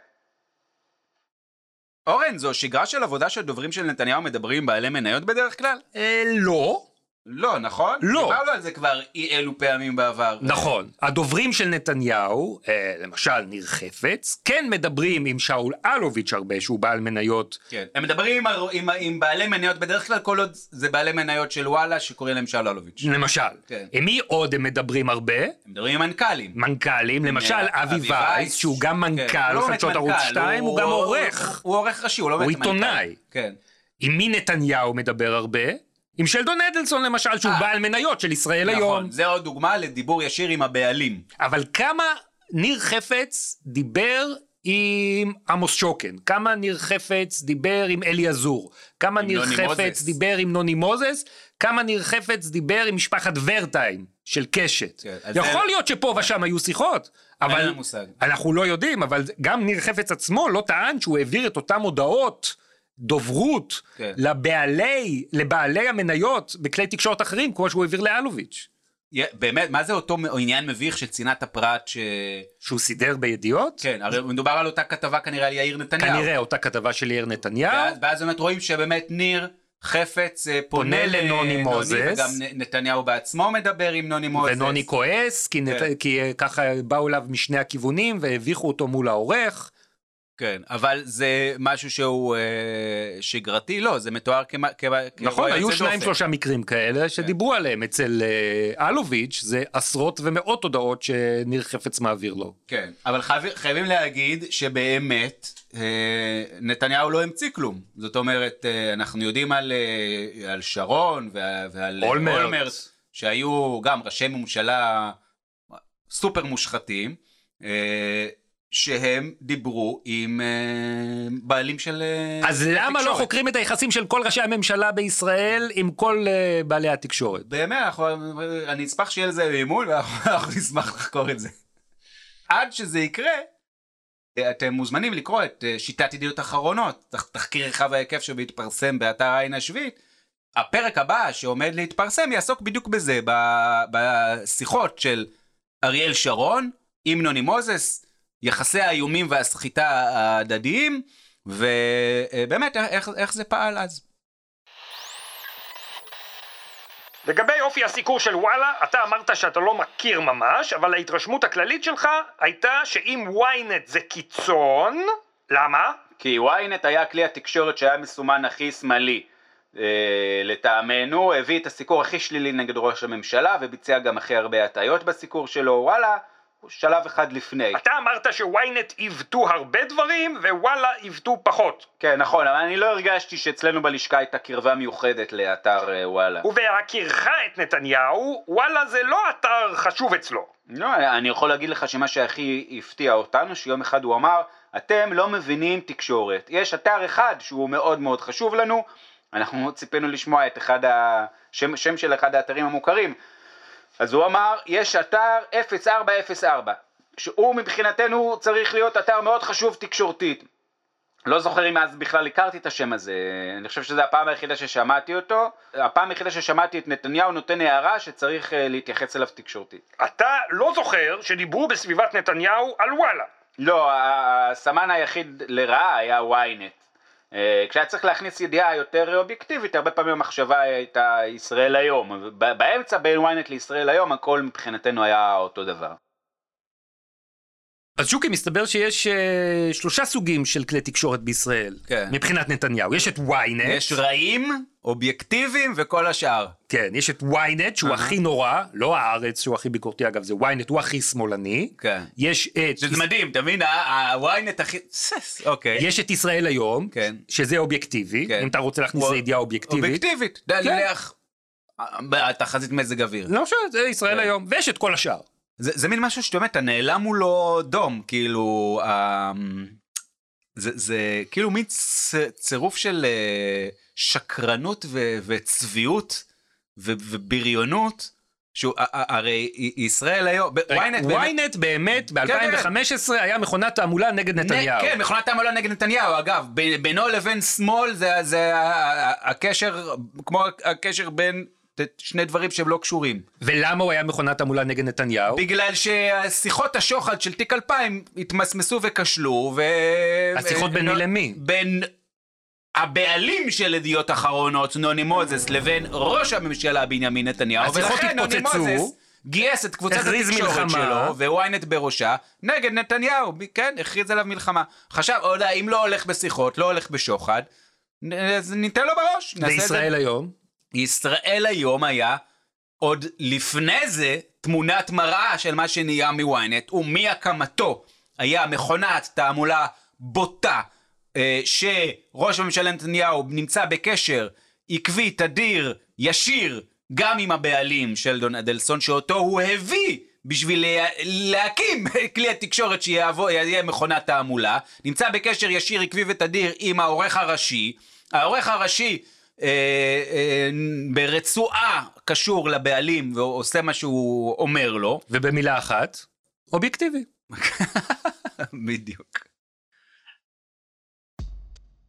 אורן, זו שגרה של עבודה שדוברים של נתניהו מדברים עם בעלי מניות בדרך כלל? אה, לא. לא, נכון? לא. דיברנו על זה כבר אי אלו פעמים בעבר. נכון. הדוברים של נתניהו, אה, למשל ניר חפץ, כן מדברים עם שאול אלוביץ' הרבה, שהוא בעל מניות. כן. הם מדברים עם, עם, עם בעלי מניות בדרך כלל, כל עוד זה בעלי מניות של וואלה, שקוראים להם שאול אלוביץ'. למשל. כן. עם מי עוד הם מדברים הרבה? הם מדברים עם מנכ"לים. מנכ"לים, למשל אבי וייס, שהוא גם מנכ"ל חדשות ערוץ שתיים, הוא גם עורך. הוא עורך ראשי, הוא לא באמת מנכ"ל. הוא עיתונאי. כן. עם מי נתניהו מדבר הרבה? עם שלדון אדלסון למשל, שהוא בעל מניות של ישראל היום. נכון, זה עוד דוגמה לדיבור ישיר עם הבעלים. אבל כמה ניר חפץ דיבר עם עמוס שוקן? כמה ניר חפץ דיבר עם אלי עזור? כמה ניר חפץ דיבר עם נוני מוזס? כמה ניר חפץ דיבר עם משפחת ורטיים של קשת? יכול להיות שפה ושם היו שיחות, אבל אנחנו לא יודעים, אבל גם ניר חפץ עצמו לא טען שהוא העביר את אותם הודעות דוברות כן. לבעלי, לבעלי המניות בכלי תקשורת אחרים, כמו שהוא העביר לאלוביץ'. Yeah, באמת, מה זה אותו עניין מביך של צנעת הפרט ש... שהוא סידר בידיעות? כן, הרי מדובר על אותה כתבה כנראה על יאיר נתניהו. כנראה אותה כתבה של יאיר נתניהו. ואז, ואז באמת רואים שבאמת ניר חפץ פונה פונה לנוני מוזס. וגם נתניהו בעצמו מדבר עם נוני מוזס. ונוני כועס, כי, נת... כן. כי ככה באו אליו משני הכיוונים, והביכו אותו מול העורך. כן, אבל זה משהו שהוא אה, שגרתי, לא, זה מתואר כמה... נכון, היו שניים שלושה מקרים כאלה שדיברו עליהם. אצל אה, אלוביץ' זה עשרות ומאות הודעות שניר חפץ מעביר לו. כן, אבל חייב, חייבים להגיד שבאמת אה, נתניהו לא המציא כלום. זאת אומרת, אה, אנחנו יודעים על, אה, על שרון ועל, ועל אולמרט. אולמרט, שהיו גם ראשי ממשלה סופר מושחתים, אה, שהם דיברו עם uh, בעלים של uh, אז למה התקשורת. לא חוקרים את היחסים של כל ראשי הממשלה בישראל עם כל uh, בעלי התקשורת? באמת, אנחנו, אני אשמח שיהיה לזה מימון, ואנחנו נשמח לחקור את זה. עד שזה יקרה, אתם מוזמנים לקרוא את uh, שיטת ידיעות אחרונות, תח, תחקיר רחב ההיקף שבהתפרסם באתר העין השביעית. הפרק הבא שעומד להתפרסם יעסוק בדיוק בזה, ב- בשיחות של אריאל שרון עם נוני מוזס, יחסי האיומים והסחיטה ההדדיים, ובאמת, איך, איך זה פעל אז? לגבי אופי הסיקור של וואלה, אתה אמרת שאתה לא מכיר ממש, אבל ההתרשמות הכללית שלך הייתה שאם וויינט זה קיצון, למה? כי וויינט היה כלי התקשורת שהיה מסומן הכי שמאלי. אה, לטעמנו, הביא את הסיקור הכי שלילי נגד ראש הממשלה, וביצע גם הכי הרבה הטעיות בסיקור שלו. וואלה, שלב אחד לפני. אתה אמרת שוויינט עיוותו הרבה דברים, ווואלה עיוותו פחות. כן, נכון, אבל אני לא הרגשתי שאצלנו בלשכה הייתה קרבה מיוחדת לאתר אה, וואלה. ובהכירך את נתניהו, וואלה זה לא אתר חשוב אצלו. לא, אני יכול להגיד לך שמה שהכי הפתיע אותנו, שיום אחד הוא אמר, אתם לא מבינים תקשורת. יש אתר אחד שהוא מאוד מאוד חשוב לנו, אנחנו ציפינו לשמוע את אחד השם שם של אחד האתרים המוכרים, אז הוא אמר, יש אתר אפס ארבע אפס ארבע, שהוא מבחינתנו צריך להיות אתר מאוד חשוב תקשורתית. לא זוכר אם אז בכלל הכרתי את השם הזה, אני חושב שזו הפעם היחידה ששמעתי אותו, הפעם היחידה ששמעתי את נתניהו נותן הערה שצריך להתייחס אליו תקשורתית. אתה לא זוכר שדיברו בסביבת נתניהו על וואלה. לא, הסמן היחיד לרעה היה וויינט. כשהיה צריך להכניס ידיעה יותר אובייקטיבית, הרבה פעמים המחשבה הייתה ישראל היום. באמצע בין וויינט לישראל היום, הכל מבחינתנו היה אותו דבר. אז שוקי, מסתבר שיש uh, שלושה סוגים של כלי תקשורת בישראל, כן. מבחינת נתניהו. יש את וויינט. יש רעים, אובייקטיביים וכל השאר. כן, יש את וויינט שהוא הכי נורא, לא הארץ שהוא הכי ביקורתי, אגב, זה וויינט, הוא הכי שמאלני. כן. יש את... זה מדהים, אתה מבין? הוויינט הכי... אוקיי. יש את ישראל היום, כן. שזה אובייקטיבי, כן. אם אתה רוצה להכניס הוא- לידיעה אובייקטיבית. אובייקטיבית. כן. נלך... תחזית מזג אוויר. לא חושב, זה ישראל כן. היום, ויש את כל השאר. זה, זה מין משהו שאתה באמת, הנעלם הוא לא דום, כאילו, אה, זה, זה כאילו מין צ, צירוף של אה, שקרנות ו, וצביעות ו, ובריונות, שהוא, ה- ה- הרי ישראל היום, וויינט באמת, וויינט באמת ב-אלפיים וחמש עשרה היה מכונת תעמולה נגד נתניהו. כן, מכונת תעמולה נגד נתניהו, אגב, ב- בינו לבין שמאל, זה, זה ה- ה- הקשר, כמו הקשר בין שני דברים שהם לא קשורים. ולמה הוא היה מכונת תעמולה נגד נתניהו? בגלל שהשיחות השוחד של תיק אלפיים התמסמסו וכשלו, ו... השיחות בין מי למי? בין הבעלים של ידיעות אחרונות, נוני מוזס, לבין ראש הממשלה בנימין נתניהו, השיחות ולכן נוני התפוצצו, מוזס גייס את קבוצת הכריז התקשורת מלחמה. שלו, וויינט בראשה, נגד נתניהו, כן, הכריז עליו מלחמה. חשב, עוד אם לא הולך בשיחות, לא הולך בשוחד, אז ניתן לו בראש. נעשה את זה. וישראל היום? ישראל היום היה עוד לפני זה תמונת מראה של מה שנהיה מוויינט, ומהקמתו היה מכונת תעמולה בוטה, אה, שראש הממשלה נתניהו נמצא בקשר עקבי, תדיר, ישיר, גם עם הבעלים של דון אדלסון, שאותו הוא הביא בשביל לה, להקים כלי התקשורת שיהיה מכונת תעמולה, נמצא בקשר ישיר, עקבי ותדיר עם העורך הראשי, העורך הראשי אה, אה, ברצועה קשור לבעלים ועושה מה שהוא אומר לו. ובמילה אחת, אובייקטיבי. בדיוק.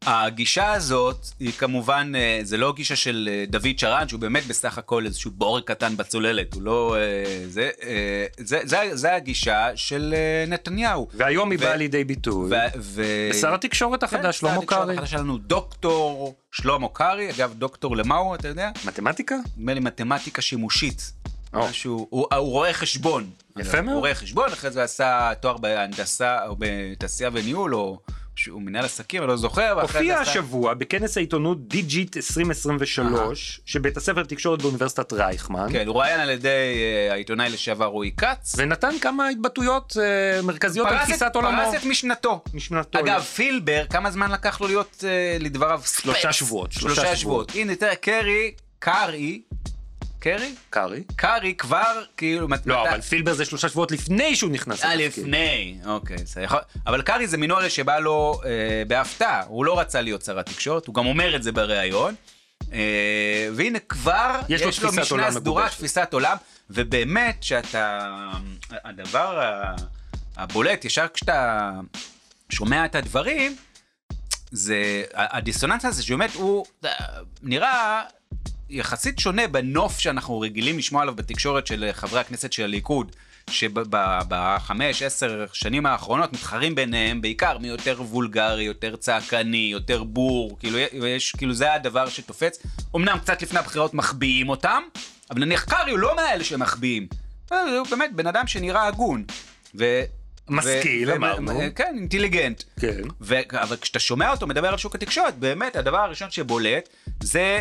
הגישה הזאת היא כמובן, זה לא גישה של דוד שרן, שהוא באמת בסך הכל איזשהו בורג קטן בצוללת, הוא לא, זה, זה, זה, זה הגישה של נתניהו. והיום היא באה לידי ביטוי. ושר התקשורת החדש, שלמה קרעי. שר התקשורת החדש שלנו, דוקטור שלמה קרעי, אגב דוקטור למהו, אתה יודע? מתמטיקה? נדמה לי מתמטיקה שימושית. משהו, הוא, הוא רואה חשבון. יפה מאוד. הוא רואה חשבון, אחרי זה עשה תואר בהנדסה, או בתעשייה וניהול, או שהוא מנהל עסקים, אני לא זוכר. הופיע השבוע בכנס העיתונות דיג'יט עשרים עשרים ושלוש, שבית הספר תקשורת באוניברסיטת רייכמן. כן, הוא ראיין על ידי העיתונאי לשעבר רועי כץ. ונתן כמה התבטאויות מרכזיות על תפיסת עולמו. פרס את משנתו. משנתו. אגב, פילבר, כמה זמן לקח לו להיות לדבריו ספץ? שלושה שבועות. שלושה שבועות. הנה, תראה, קרי, קרי, קרי? קרי. קרי כבר, כאילו... לא, אבל פילבר זה שלושה שבועות לפני שהוא נכנס. אה, לפני, אוקיי. אבל קרי זה מינוי שבא לו בהפתעה. הוא לא רצה להיות שר התקשורת, הוא גם אומר את זה בריאיון. והנה כבר יש לו משנה סדורה, תפיסת עולם, ובאמת שאתה... הדבר הבולט, ישר כשאתה שומע את הדברים, זה... הדיסוננס הזה שבאמת הוא נראה... יחסית שונה בנוף שאנחנו רגילים לשמוע עליו בתקשורת של חברי הכנסת של הליכוד, שבחמש, עשר שנים האחרונות מתחרים ביניהם בעיקר מי יותר וולגרי, יותר צעקני, יותר בור, כאילו, יש, כאילו זה הדבר שתופץ. אמנם קצת לפני הבחירות מחביאים אותם, אבל נניח קרי הוא לא מהאלה שמחביאים. הוא באמת בן אדם שנראה הגון. ו... משכיל, אמרנו. כן, אינטליגנט. כן. אבל כשאתה שומע אותו מדבר על שוק התקשורת, באמת הדבר הראשון שבולט זה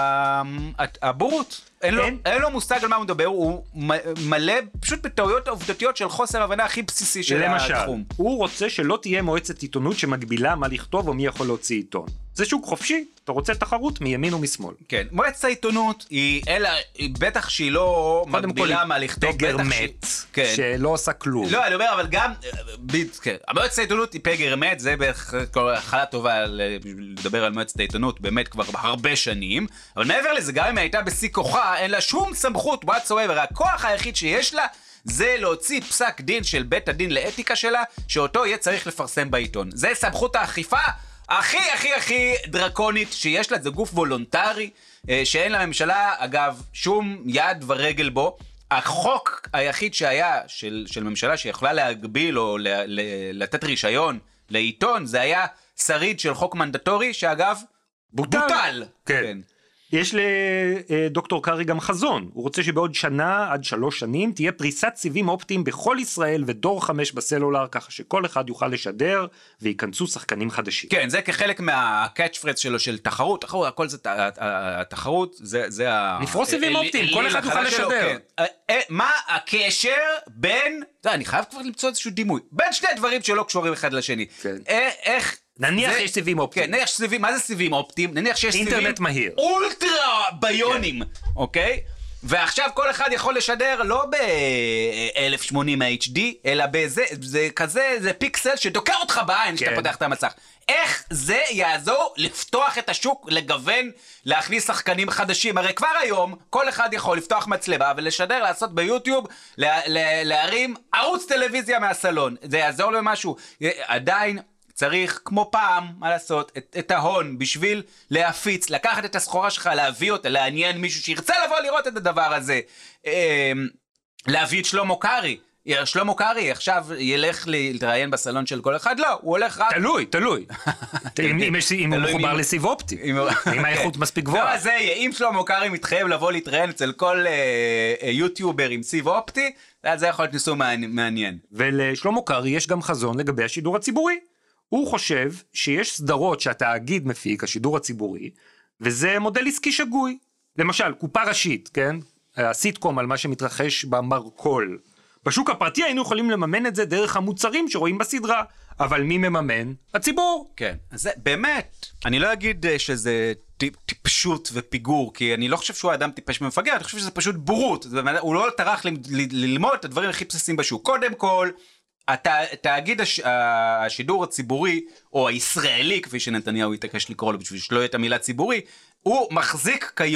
הבורות. אין לו מושג על מה הוא מדבר, הוא מלא פשוט בטעויות העובדתיות של חוסר הבנה הכי בסיסי של התחום. למשל, הוא רוצה שלא תהיה מועצת עיתונות שמגבילה מה לכתוב או מי יכול להוציא עיתון. זה שוק חופשי, אתה רוצה תחרות מימין ומשמאל. כן, מועצת העיתונות היא, אלא, בטח שהיא לא מגבילה מה לכתוב. פגר מת, שלא עושה כלום. לא, אני אומר, אבל גם, כן, מועצת העיתונות היא פגר מת, זה בהתחלה טובה לדבר על מועצת העיתונות, באמת כבר הרבה שנים, אבל מעבר לזה, גם אם הייתה בשיא כוחה, אין לה שום סמכות whatsoever, הכוח היחיד שיש לה, זה להוציא פסק דין של בית הדין לאתיקה שלה, שאותו יהיה צריך לפרסם בעיתון. זה סמכות האכיפה הכי הכי הכי דרקונית שיש לה, זה גוף וולונטרי, שאין לממשלה, אגב, שום יד ורגל בו. החוק היחיד שהיה של, של ממשלה שיכולה להגביל או ל, ל, לתת רישיון לעיתון, זה היה שריד של חוק מנדטורי, שאגב, בוטל. בוטל. כן. כן. יש לדוקטור קרי גם חזון, הוא רוצה שבעוד שנה עד שלוש שנים תהיה פריסת סיבים אופטיים בכל ישראל ודור חמש בסלולר, ככה שכל אחד יוכל לשדר ויכנסו שחקנים חדשים. כן, זה כחלק מהקאץ' פרייז שלו של תחרות, תחרות, הכל זה התחרות, זה ה... נפרוס סיבים אופטיים, כל אחד יוכל לשדר. מה הקשר בין, אני חייב כבר למצוא איזשהו דימוי, בין שני דברים שלא קשורים אחד לשני. איך... נניח יש סיבים אופטיים. כן, נניח סיבים, מה זה סיבים אופטיים? נניח שיש סיבים... אינטרנט מהיר. אולטרה ביונים, אוקיי? ועכשיו כל אחד יכול לשדר לא ב-אלף ושמונים אייץ' די, אלא בזה, זה כזה, זה פיקסל שדוקר אותך בעין שאתה פותח את המסך. איך זה יעזור לפתוח את השוק, לגוון, להכניס שחקנים חדשים? הרי כבר היום כל אחד יכול לפתוח מצלמה ולשדר, לעשות ביוטיוב, להרים ערוץ טלוויזיה מהסלון. זה יעזור לו משהו. עדיין... צריך, כמו פעם, מה לעשות, את, את ההון בשביל להפיץ, לקחת את הסחורה שלך, להביא אותה, לעניין מישהו שירצה לבוא לראות את הדבר הזה. אה, להביא את שלמה קרעי. שלמה קרעי עכשיו ילך להתראיין בסלון של כל אחד? לא, הוא הולך רק... תלוי, תלוי. אם הוא מחובר לסיב אופטי. אם האיכות מספיק גבוהה. לא, זה יהיה, אם שלמה קרעי מתחייב לבוא להתראיין אצל כל יוטיובר עם סיב אופטי, זה יכול להיות ניסוי מעניין. ולשלמה קרעי יש גם חזון לגבי השידור הציבורי. הוא חושב שיש סדרות שהתאגיד מפיק, השידור הציבורי, וזה מודל עסקי שגוי. למשל, קופה ראשית, כן? הסיטקום על מה שמתרחש במרקול. בשוק הפרטי היינו יכולים לממן את זה דרך המוצרים שרואים בסדרה, אבל מי מממן? הציבור. כן, אז זה באמת, אני לא אגיד שזה טיפשות ופיגור, כי אני לא חושב שהוא האדם טיפש ומפגר, אני חושב שזה פשוט בורות. הוא לא טרח ללמוד את הדברים הכי בסיסיים בשוק. קודם כל, התאגיד השידור הציבורי, או הישראלי, כפי שנתניהו התעקש לקרוא לו, בשביל שלא יהיה את המילה ציבורי, הוא מחזיק כיום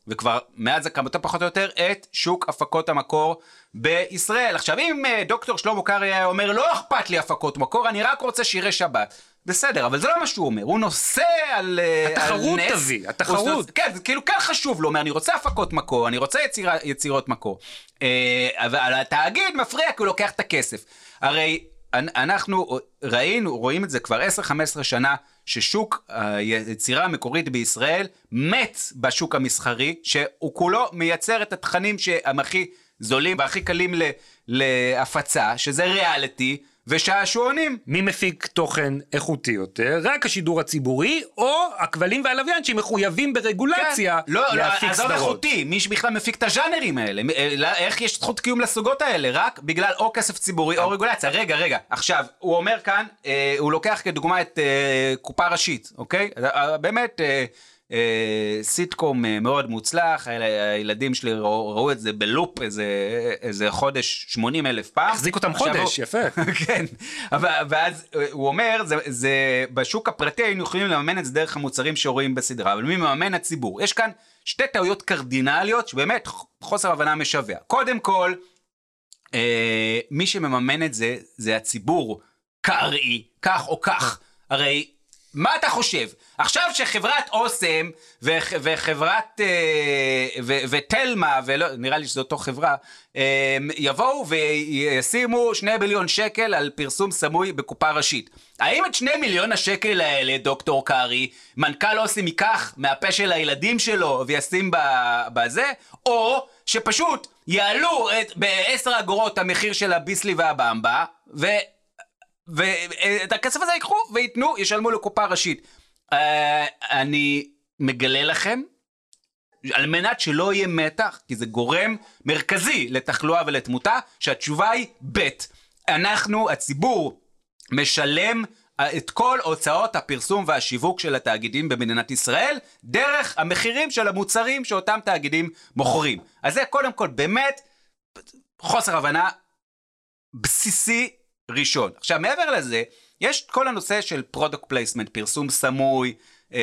וכבר מאז הקמתו פחות או יותר, את שוק הפקות המקור בישראל. עכשיו, אם דוקטור שלמה קרעי היה אומר, לא אכפת לי הפקות מקור, אני רק רוצה שירי שבת. בסדר, אבל זה לא מה שהוא אומר, הוא נושא על, התחרות על נס. תביא, התחרות. כן, זה כאילו כן חשוב לו, אומר, אני רוצה הפקות מקור, אני רוצה יציר, יצירות מקור. אבל התאגיד מפריע כי הוא לוקח את הכסף. הרי אנחנו ראינו, רואים את זה כבר עשר חמש עשרה שנה, ששוק היצירה המקורית בישראל מת בשוק המסחרי, שהוא כולו מייצר את התכנים שהם הכי זולים והכי קלים להפצה, שזה ריאליטי ושעשועונים. מי מפיק תוכן איכותי יותר? רק השידור הציבורי, או הכבלים והלוויין שמחויבים ברגולציה כן. לא, להפיק לא, סדרות. עזוב איכותי, מי שבכלל מפיק את הז'אנרים האלה? איך יש זכות קיום לסוגות האלה? רק בגלל או כסף ציבורי או רגולציה. רגע, רגע, עכשיו, הוא אומר כאן, אה, הוא לוקח כדוגמה את אה, קופה ראשית, אוקיי? באמת, אה, אה, סיטקום אה, מאוד מוצלח, הילדים שלי ראו, ראו את זה בלופ איזה, איזה חודש שמונים אלף פעם. החזיק אותם חודש, הוא, יפה. כן, ואז הוא אומר, זה, זה, בשוק הפרטי היינו יכולים לממן את זה דרך המוצרים שרואים בסדרה, אבל מי מממן? הציבור. יש כאן שתי טעויות קרדינליות שבאמת חוסר הבנה משווע. קודם כל, אה, מי שמממן את זה, זה הציבור, קרעי, כך או כך. הרי מה אתה חושב? עכשיו שחברת אוסם וח, וחברת אה, ו, ותלמה, ולא, נראה לי שזו אותו חברה, אה, יבואו וישימו שני מיליון שקל על פרסום סמוי בקופה ראשית. האם את שני מיליון השקל האלה, דוקטור קרעי, מנכ"ל אוסם ייקח מהפה של הילדים שלו וישים בזה, או שפשוט יעלו את, בעשר אגורות המחיר של הביסלי והבמבה, ו... ואת הכסף הזה ייקחו ויתנו, ישלמו לקופה ראשית. uh, אני מגלה לכם, על מנת שלא יהיה מתח, כי זה גורם מרכזי לתחלואה ולתמותה, שהתשובה היא בית. אנחנו, הציבור, משלם את כל הוצאות הפרסום והשיווק של התאגידים במדינת ישראל, דרך המחירים של המוצרים שאותם תאגידים מוכרים. אז זה קודם כל באמת חוסר הבנה בסיסי ראשון. עכשיו, מעבר לזה, יש כל הנושא של פרודקט פלייסמנט, פרסום סמוי, אה,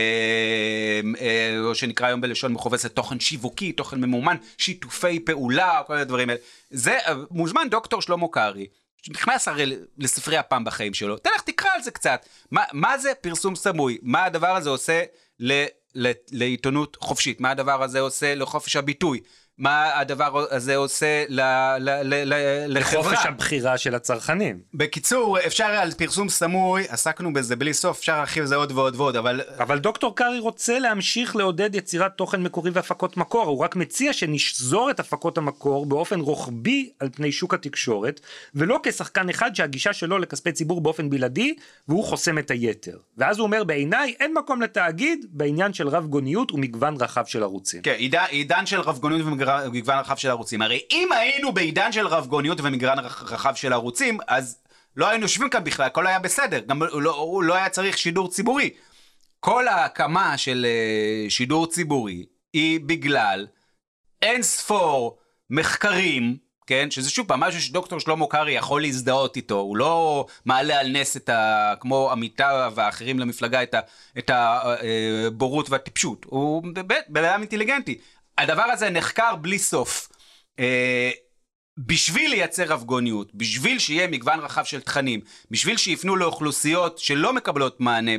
אה, או שנקרא היום בלשון מכובסת תוכן שיווקי, תוכן ממומן, שיתופי פעולה, כל הדברים האלה. זה, מוזמן דוקטור שלמה קרעי, שנכנס הרי לספרי הפעם בחיים שלו, תלך תקרא על זה קצת. מה, מה זה פרסום סמוי? מה הדבר הזה עושה ל, ל, לעיתונות חופשית? מה הדבר הזה עושה לחופש הביטוי? מה הדבר הזה עושה ל, ל, ל, ל, לחברה? לחופש הבחירה של הצרכנים. בקיצור, אפשר על פרסום סמוי, עסקנו בזה בלי סוף, אפשר להרחיב זה עוד ועוד ועוד, אבל... אבל דוקטור קרעי רוצה להמשיך לעודד יצירת תוכן מקורי והפקות מקור, הוא רק מציע שנשזור את הפקות המקור באופן רוחבי על פני שוק התקשורת, ולא כשחקן אחד שהגישה שלו לכספי ציבור באופן בלעדי, והוא חוסם את היתר. ואז הוא אומר, בעיניי אין מקום לתאגיד בעניין של רב גוניות ומגוון רחב של ערוצים. כן, עידן, עידן של רב גוניות ומגוון רחב של ערוצים. הרי אם היינו בעידן של רב גוניות ומגוון רחב של ערוצים, אז לא היינו יושבים כאן בכלל, הכל היה בסדר, גם לא, הוא לא היה צריך שידור ציבורי. כל ההקמה של uh, שידור ציבורי היא בגלל אין ספור מחקרים, כן, שזה שוב פעם משהו שדוקטור שלמה קרעי יכול להזדהות איתו, הוא לא מעלה על נס את ה, כמו עמיתיו והאחרים למפלגה את, ה, את הבורות והטיפשות, הוא באמת בן אדם אינטליגנטי. הדבר הזה נחקר בלי סוף. אה, בשביל לייצר רבגוניות, בשביל שיהיה מגוון רחב של תכנים, בשביל שיפנו לאוכלוסיות שלא מקבלות מענה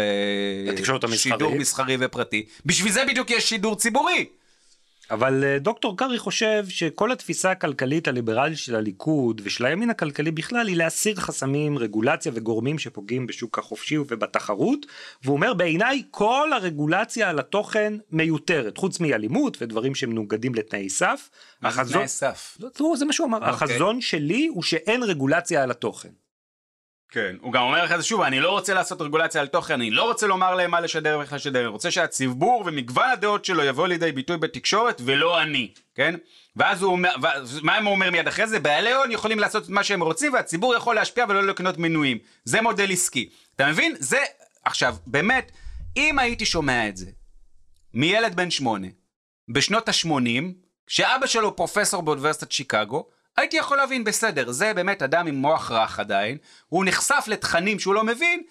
בשידור מסחרי ופרטי, בשביל זה בדיוק יש שידור ציבורי. אבל דוקטור קרעי חושב שכל התפיסה הכלכלית הליברלית של הליכוד ושל הימין הכלכלי בכלל היא להסיר חסמים, רגולציה וגורמים שפוגעים בשוק החופשי ובתחרות, והוא אומר בעיניי כל הרגולציה על התוכן מיותרת, חוץ מאלימות ודברים שמנוגדים לתנאי סף. מה זה תנאי סף? לא, זה מה שהוא אמר, החזון שלי הוא שאין רגולציה על התוכן. כן, הוא גם אומר לך זה שוב, אני לא רוצה לעשות רגולציה על תוכן, אני לא רוצה לומר להם מה לשדר ואיך לשדר, אני רוצה שהציבור ומגוון הדעות שלו יבוא לידי ביטוי בתקשורת ולא אני, כן? ואז הוא אומר, מה הוא אומר מיד אחרי זה? בעלי הון יכולים לעשות את מה שהם רוצים והציבור יכול להשפיע ולא לקנות מנויים, זה מודל עסקי, אתה מבין? זה, עכשיו, באמת, אם הייתי שומע את זה מילד בן שמונה, בשנות ה-שמונים, שאבא שלו פרופסור באוניברסיטת שיקגו, הייתי יכול להבין בסדר, זה באמת אדם עם מוח רך עדיין, הוא נחשף לתכנים שהוא לא מבין,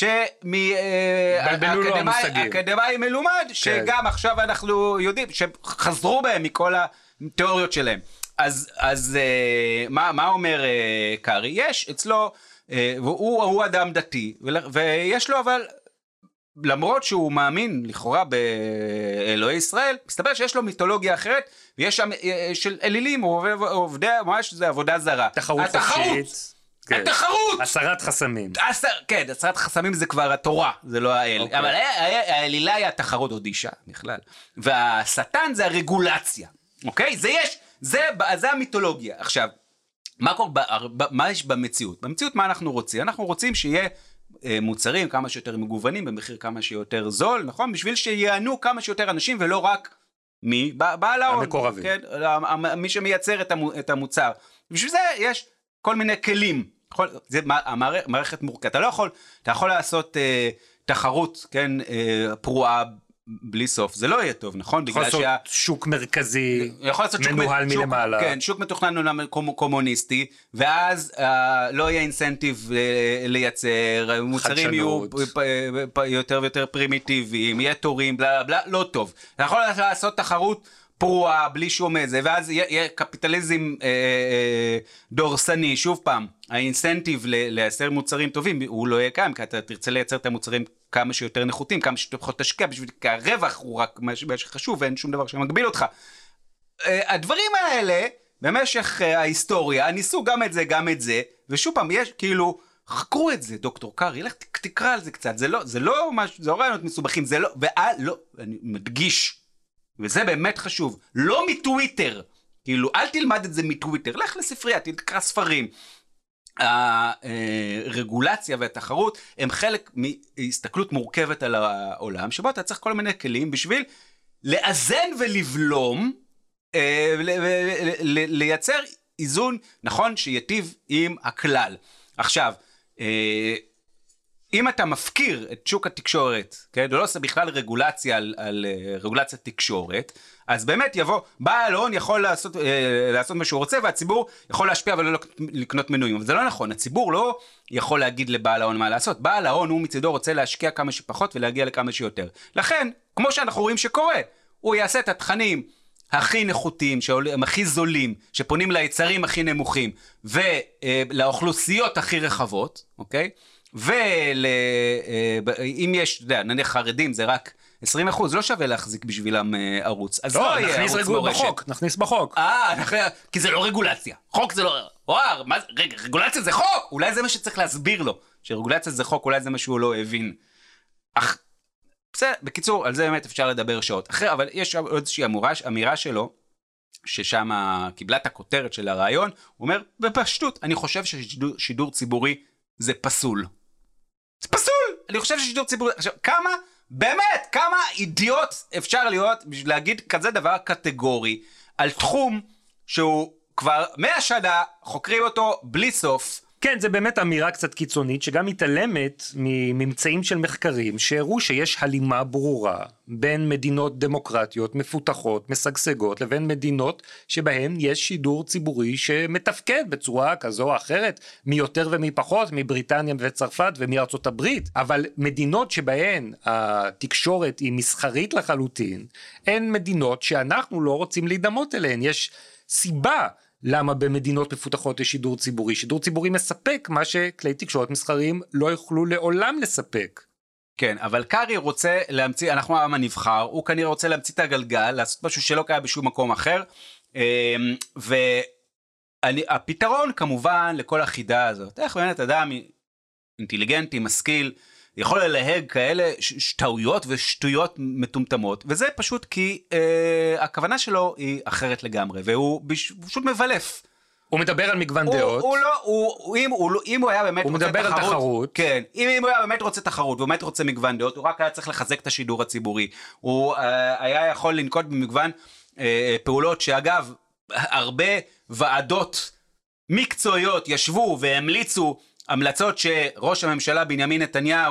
שמאקדמאי מלומד, שגם עכשיו אנחנו יודעים, שחזרו בהם מכל התיאוריות שלהם. אז, אז מה, מה אומר קארי? יש אצלו, הוא, הוא אדם דתי, ויש לו אבל, למרות שהוא מאמין לכאורה באלוהי ישראל, מסתבר שיש לו מיתולוגיה אחרת, ויש שם של אלילים, עובדי, ממש זה עבודה זרה. תחרות חופשית. התחרות! הסרת חסמים. כן, הסרת חסמים זה כבר התורה, זה לא האל. אבל האלילה היא התחרות עוד אישה, בכלל. והשטן זה הרגולציה, אוקיי? זה יש, זה המיתולוגיה. עכשיו, מה יש במציאות? במציאות מה אנחנו רוצים? אנחנו רוצים שיהיה מוצרים כמה שיותר מגוונים, במחיר כמה שיותר זול, נכון? בשביל שיענו כמה שיותר אנשים, ולא רק מי? בעל ההון. המקורבים. מי שמייצר את המוצר. בשביל זה יש כל מיני כלים. זה מערכת מורכבת. אתה לא יכול, אתה יכול לעשות תחרות, כן, פרועה בלי סוף. זה לא יהיה טוב, נכון? יכול לעשות שוק מרכזי, מנוהל מלמעלה. כן, שוק מתוכנן קומוניסטי, ואז לא יהיה אינסנטיב לייצר, מוצרים יהיו יותר ויותר פרימיטיביים, יהיה תורים, בלה בלה, לא טוב. אתה יכול לעשות תחרות פרועה, בלי שום איזה, ואז יהיה קפיטליזם אה, אה, דורסני, שוב פעם, האינסנטיב לייצר מוצרים טובים, הוא לא יהיה קיים, כי אתה תרצה לייצר את המוצרים כמה שיותר נחותים, כמה שיותר פחות תשקיע, בשביל, כי הרווח הוא רק מה שחשוב, ואין שום דבר שמגביל אותך. אה, הדברים האלה, במשך אה, ההיסטוריה, ניסו גם את זה, גם את זה, ושוב פעם, יש כאילו, חקרו את זה, דוקטור קארי, לך תקרא על זה קצת, זה לא, זה לא משהו, זה לא רעיונות מסובכים, זה לא, ואה, לא, אני מדגיש, וזה באמת חשוב, לא מטוויטר, כאילו אל תלמד את זה מטוויטר, לך לספרייה, תקרא ספרים. הרגולציה והתחרות הם חלק מהסתכלות מורכבת על העולם, שבו אתה צריך כל מיני כלים בשביל לאזן ולבלום, לייצר איזון נכון שיטיב עם הכלל. עכשיו, אם אתה מפקיר את שוק התקשורת, כן, ולא עושה בכלל רגולציה על, על רגולציית תקשורת, אז באמת יבוא, בעל ההון יכול לעשות, לעשות מה שהוא רוצה, והציבור יכול להשפיע ולא לקנות מנויים. אבל זה לא נכון, הציבור לא יכול להגיד לבעל ההון מה לעשות. בעל ההון הוא מצדו רוצה להשקיע כמה שפחות ולהגיע לכמה שיותר. לכן, כמו שאנחנו רואים שקורה, הוא יעשה את התכנים הכי נחותים, שהם הכי זולים, שפונים ליצרים הכי נמוכים, ולאוכלוסיות הכי רחבות, אוקיי? ואם יש, אתה יודע, נניח חרדים זה רק עשרים אחוז, לא שווה להחזיק בשבילם ערוץ. אז לא יהיה ערוץ מורשת. בחוק, נכניס בחוק. אה, כי זה לא רגולציה. חוק זה לא... וואר, רגע, רגולציה זה חוק! אולי זה מה שצריך להסביר לו. שרגולציה זה חוק, אולי זה מה שהוא לא הבין. אך, בסדר, בקיצור, על זה באמת אפשר לדבר שעות. אחרי, אבל יש עוד איזושהי אמירה שלו, ששם קיבלה את הכותרת של הרעיון, הוא אומר, בפשטות, אני חושב ששידור ציבורי זה פסול. זה פסול! אני חושב ששידור ציבורי... עכשיו, כמה, באמת, כמה אידיוט אפשר להיות בשביל להגיד כזה דבר קטגורי, על תחום שהוא כבר מאה שנה חוקרים אותו בלי סוף. כן, זה באמת אמירה קצת קיצונית, שגם מתעלמת מממצאים של מחקרים, שהראו שיש הלימה ברורה בין מדינות דמוקרטיות מפותחות, משגשגות, לבין מדינות שבהן יש שידור ציבורי שמתפקד בצורה כזו או אחרת, מי יותר ומי פחות, מבריטניה וצרפת ומארצות הברית, אבל מדינות שבהן התקשורת היא מסחרית לחלוטין, הן מדינות שאנחנו לא רוצים להידמות אליהן. יש סיבה למה במדינות מפותחות יש שידור ציבורי. שידור ציבורי מספק מה שכלי תקשורת מסחריים לא יוכלו לעולם לספק. כן, אבל קארי רוצה להמציא, אנחנו העם הנבחר, הוא כנראה רוצה להמציא את הגלגל, לעשות משהו שלא קיים בשום מקום אחר, והפתרון כמובן לכל החידה הזאת, איך באמת אדם אינטליגנטי, משכיל, יכול ללהג כאלה טעויות ושטויות מטומטמות, וזה פשוט כי אה, הכוונה שלו היא אחרת לגמרי, והוא פשוט מבלף. הוא מדבר על מגוון דעות. הוא לא, הוא, אם, הוא, אם הוא היה באמת הוא רוצה מדבר תחרות, על תחרות. כן, אם, אם הוא היה באמת רוצה תחרות, והוא באמת רוצה מגוון דעות, הוא רק היה צריך לחזק את השידור הציבורי. הוא אה, היה יכול לנקוט במגוון אה, פעולות, שאגב, הרבה ועדות מקצועיות ישבו והמליצו, המלצות שראש הממשלה בנימין נתניהו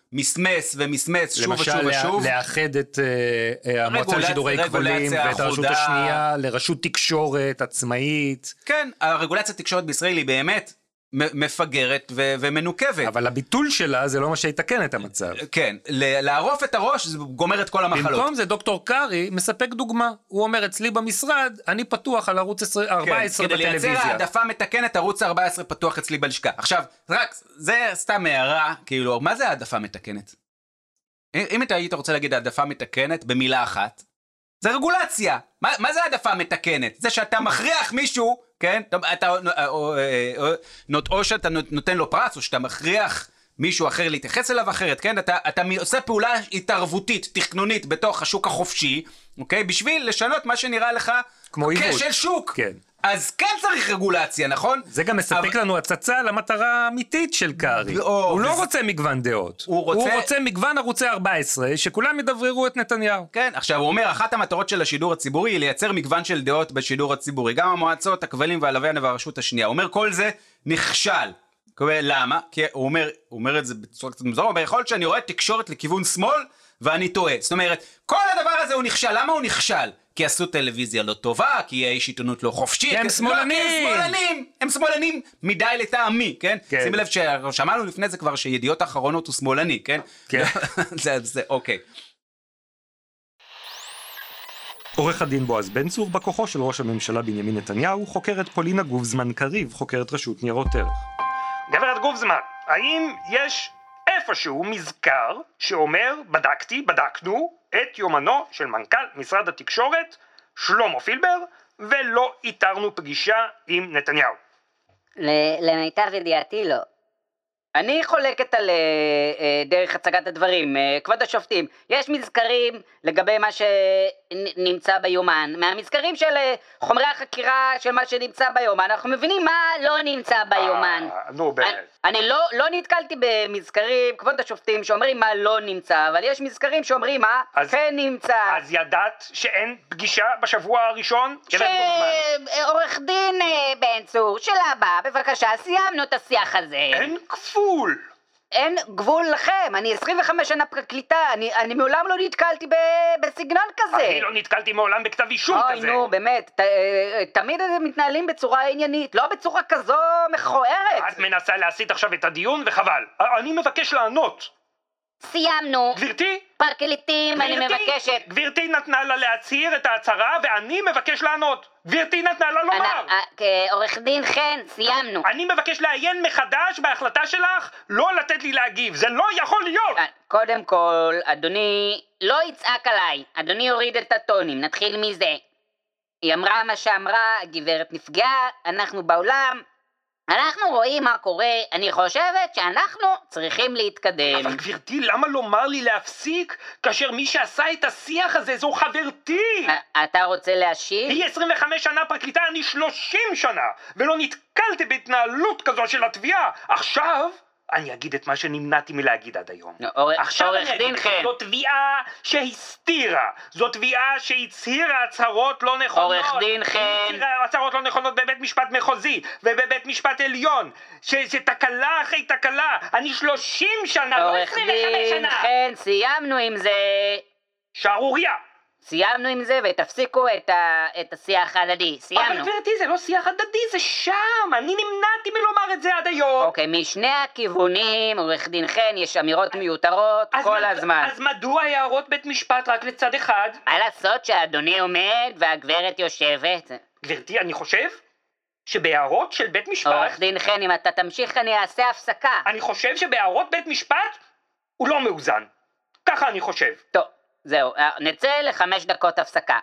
מסמס ומסמס שוב ושוב ושוב. למשל, לאחד את uh, המועצה לשידורי כבלים ואת הרשות השנייה לרשות תקשורת עצמאית. כן, הרגולציה תקשורת בישראל היא באמת מפגרת ו- ומנוקבת. אבל הביטול שלה זה לא מה שיתקן את המצב. כן, לערוף את הראש זה גומר את כל המחלות. במקום זה דוקטור קארי מספק דוגמה. הוא אומר, אצלי במשרד, אני פתוח על ערוץ ארבע עשרה כן, בטלוויזיה. כדי לייצר העדפה מתקנת, ערוץ ארבע עשרה פתוח אצלי בלשכה. עכשיו, רק, זה סתם הערה, כאילו, מה זה העדפה מתקנת? אם אתה היית רוצה להגיד העדפה מתקנת במילה אחת, זה רגולציה. מה, מה זה העדפה מתקנת? זה שאתה מכריח מישהו, כן? אתה, או, או, או שאתה נותן לו פרס, או שאתה מכריח מישהו אחר להתייחס אליו אחרת, כן? אתה, אתה עושה פעולה התערבותית, תכנונית, בתוך השוק החופשי, אוקיי? בשביל לשנות מה שנראה לך כמו עיוות. כשל שוק. כן. אז כן צריך רגולציה, נכון? זה גם מספק אבל... לנו הצצה למטרה האמיתית של קארי. או, הוא וזה... לא רוצה מגוון דעות. הוא רוצה... הוא רוצה מגוון ערוצי ארבע עשרה, שכולם ידבררו את נתניהו. כן, עכשיו הוא אומר, אחת המטרות של השידור הציבורי היא לייצר מגוון של דעות בשידור הציבורי. גם המועצות, הכבלים והלוויין והרשות השנייה. הוא אומר, כל זה נכשל. למה? כי הוא אומר, הוא אומר את זה בצורה קצת מוזרה, הוא אומר, יכול להיות שאני רואה תקשורת לכיוון שמאל, ואני טועה. זאת אומרת, כל הדבר הזה הוא נכשל. למה הוא נכשל? כי עשו טלוויזיה לא טובה, כי יש עיתונות לא חופשית. הם שמאלנים. לא, הם שמאלנים. הם שמאלנים מדי לטעמי, כן? כן. שימי לב ששמענו לפני זה כבר שידיעות אחרונות הוא שמאלני, כן? כן. זה, זה, אוקיי. עורך הדין בועז בן צור, בכוחו של ראש הממשלה בנימין נתניהו, חוקר את פולינה גובזמן קריב, חוקרת רשות ניירות ערך. גברת גובזמן, האם יש איפשהו מזכר שאומר, בדקתי, בדקנו, את יומנו של מנכ"ל משרד התקשורת, שלמה פילבר, ולא איתרנו פגישה עם נתניהו? למיטב ידיעתי לא. אני חולקת על דרך הצגת הדברים. כבוד השופטים, יש מזכרים לגבי מה שנמצא ביומן. מהמזכרים של חומרי החקירה של מה שנמצא ביומן, אנחנו מבינים מה לא נמצא ביומן. נו באמת. אני לא, לא נתקלתי במזכרים, כבוד השופטים, שאומרים מה לא נמצא, אבל יש מזכרים שאומרים מה אז, כן נמצא. אז ידעת שאין פגישה בשבוע הראשון? שעורך דין בן צור, של הבא, בבקשה, סיימנו את השיח הזה. אין גבול. אין גבול לכם, אני עשרים וחמש שנה פרקליטה, אני, אני מעולם לא נתקלתי ב, בסגנון כזה. אני לא נתקלתי מעולם בכתב אישום אוי, כזה. אוי נו, באמת, ת, תמיד הם מתנהלים בצורה עניינית, לא בצורה כזו מכוערת. את מנסה להסיט עכשיו את הדיון וחבל. אני מבקש לענות. סיימנו. גברתי? פרקליטים, אני מבקשת. גברתי נתנה לה להצהיר את ההצהרה ואני מבקש לענות. גברתי נתנה לה לומר. עורך דין חן, סיימנו. אני מבקש לעיין מחדש בהחלטה שלך, לא לתת לי להגיב, זה לא יכול להיות. קודם כל, אדוני לא יצעק עליי, אדוני יוריד את הטונים, נתחיל מזה. היא אמרה מה שאמרה, הגברת נפגעה, אנחנו בעולם, אנחנו רואים מה קורה, אני חושבת שאנחנו צריכים להתקדם. אבל גברתי, למה לומר לי להפסיק כאשר מי שעשה את השיח הזה זו חברתי? אתה רוצה להשיב? היא עשרים וחמש שנה פרקליטה, אני שלושים שנה, ולא נתקלתי בהתנהלות כזו של התביעה. עכשיו אני אגיד את מה שנמנעתי מלהגיד עד היום. עכשיו אני אגיד, זו תביעה שהסתירה, זו תביעה שהצהירה הצהרות לא נכונות. עורך דין חן. הצהירה הצהרות לא נכונות בבית משפט מחוזי ובבית משפט עליון, שתקלה אחרי תקלה. אני שלושים שנה, לא עשרים וחמש שנה. עורך דין חן, סיימנו עם זה. שערוריה. סיימנו עם זה ותפסיקו את, ה... את השיח הדדי, סיימנו. אבל גברתי, זה לא שיח הדדי, זה שם, אני נמנעתי מלומר את זה עד היום. אוקיי, משני הכיוונים, עורך דין חן, יש אמירות מיותרות כל מד... הזמן. אז מדוע הערות בית משפט רק לצד אחד? מה לעשות שהאדוני עומד והגברת יושבת? גברתי, אני חושב שבהערות של בית משפט... עורך דין חן, אם אתה תמשיך אני אעשה הפסקה. אני חושב שבהערות בית משפט הוא לא מאוזן. ככה אני חושב. טוב. זהו, נצא לחמש דקות הפסקה.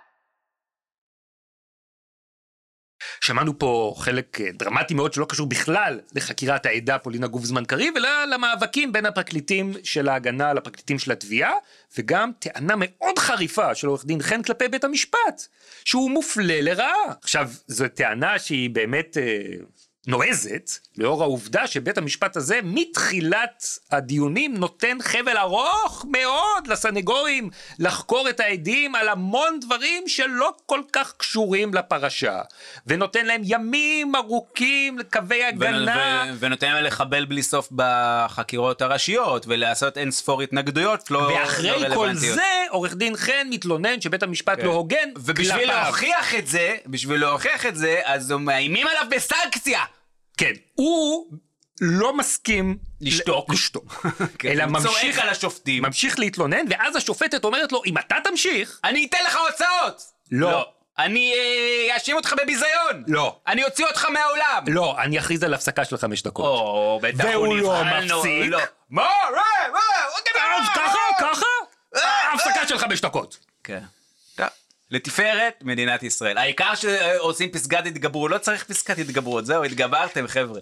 שמענו פה חלק דרמטי מאוד שלא קשור בכלל לחקירת העדה פולינה גובזמן קריב, אלא למאבקים בין הפרקליטים של ההגנה לפרקליטים של התביעה, וגם טענה מאוד חריפה של עורך דין חן כלפי בית המשפט, שהוא מופלה לרעה. עכשיו, זו טענה שהיא באמת... נועזת, לאור העובדה שבית המשפט הזה מתחילת הדיונים נותן חבל ארוך מאוד לסנגורים לחקור את העדים על המון דברים שלא כל כך קשורים לפרשה, ונותן להם ימים ארוכים לקווי הגנה. ו- ו- ונותן להם לחבל בלי סוף בחקירות הראשיות, ולעשות אין ספור התנגדויות לא ואחרי לא כל זה, עורך דין חן מתלונן שבית המשפט כן. לא הוגן. ובשביל כלפיו. להוכיח את זה, בשביל להוכיח את זה, אז הם מאיימים עליו בסנקציה. כן, הוא לא מסכים לשתוק. לשתוק. כן, אלא הוא ממשיך, צועק על השופטים. ממשיך להתלונן, ואז השופטת אומרת לו, אם אתה תמשיך, אני אתן לך הוצאות. לא. אני אאשים אותך בביזיון. לא. אני אוציא אותך מהעולם. לא, אני אכריז על הפסקה של חמש דקות. או, בטח והוא הוא לא נבחן, מפסיק. לא. מה? מה? מה? עוד דבר. אז ככה, ככה, הפסקה של חמש דקות. כן. טוב. לתפארת מדינת ישראל. העיקר שעושים פסקת התגברות, לא צריך פסקת התגברות, זהו, התגברתם חבר'ה.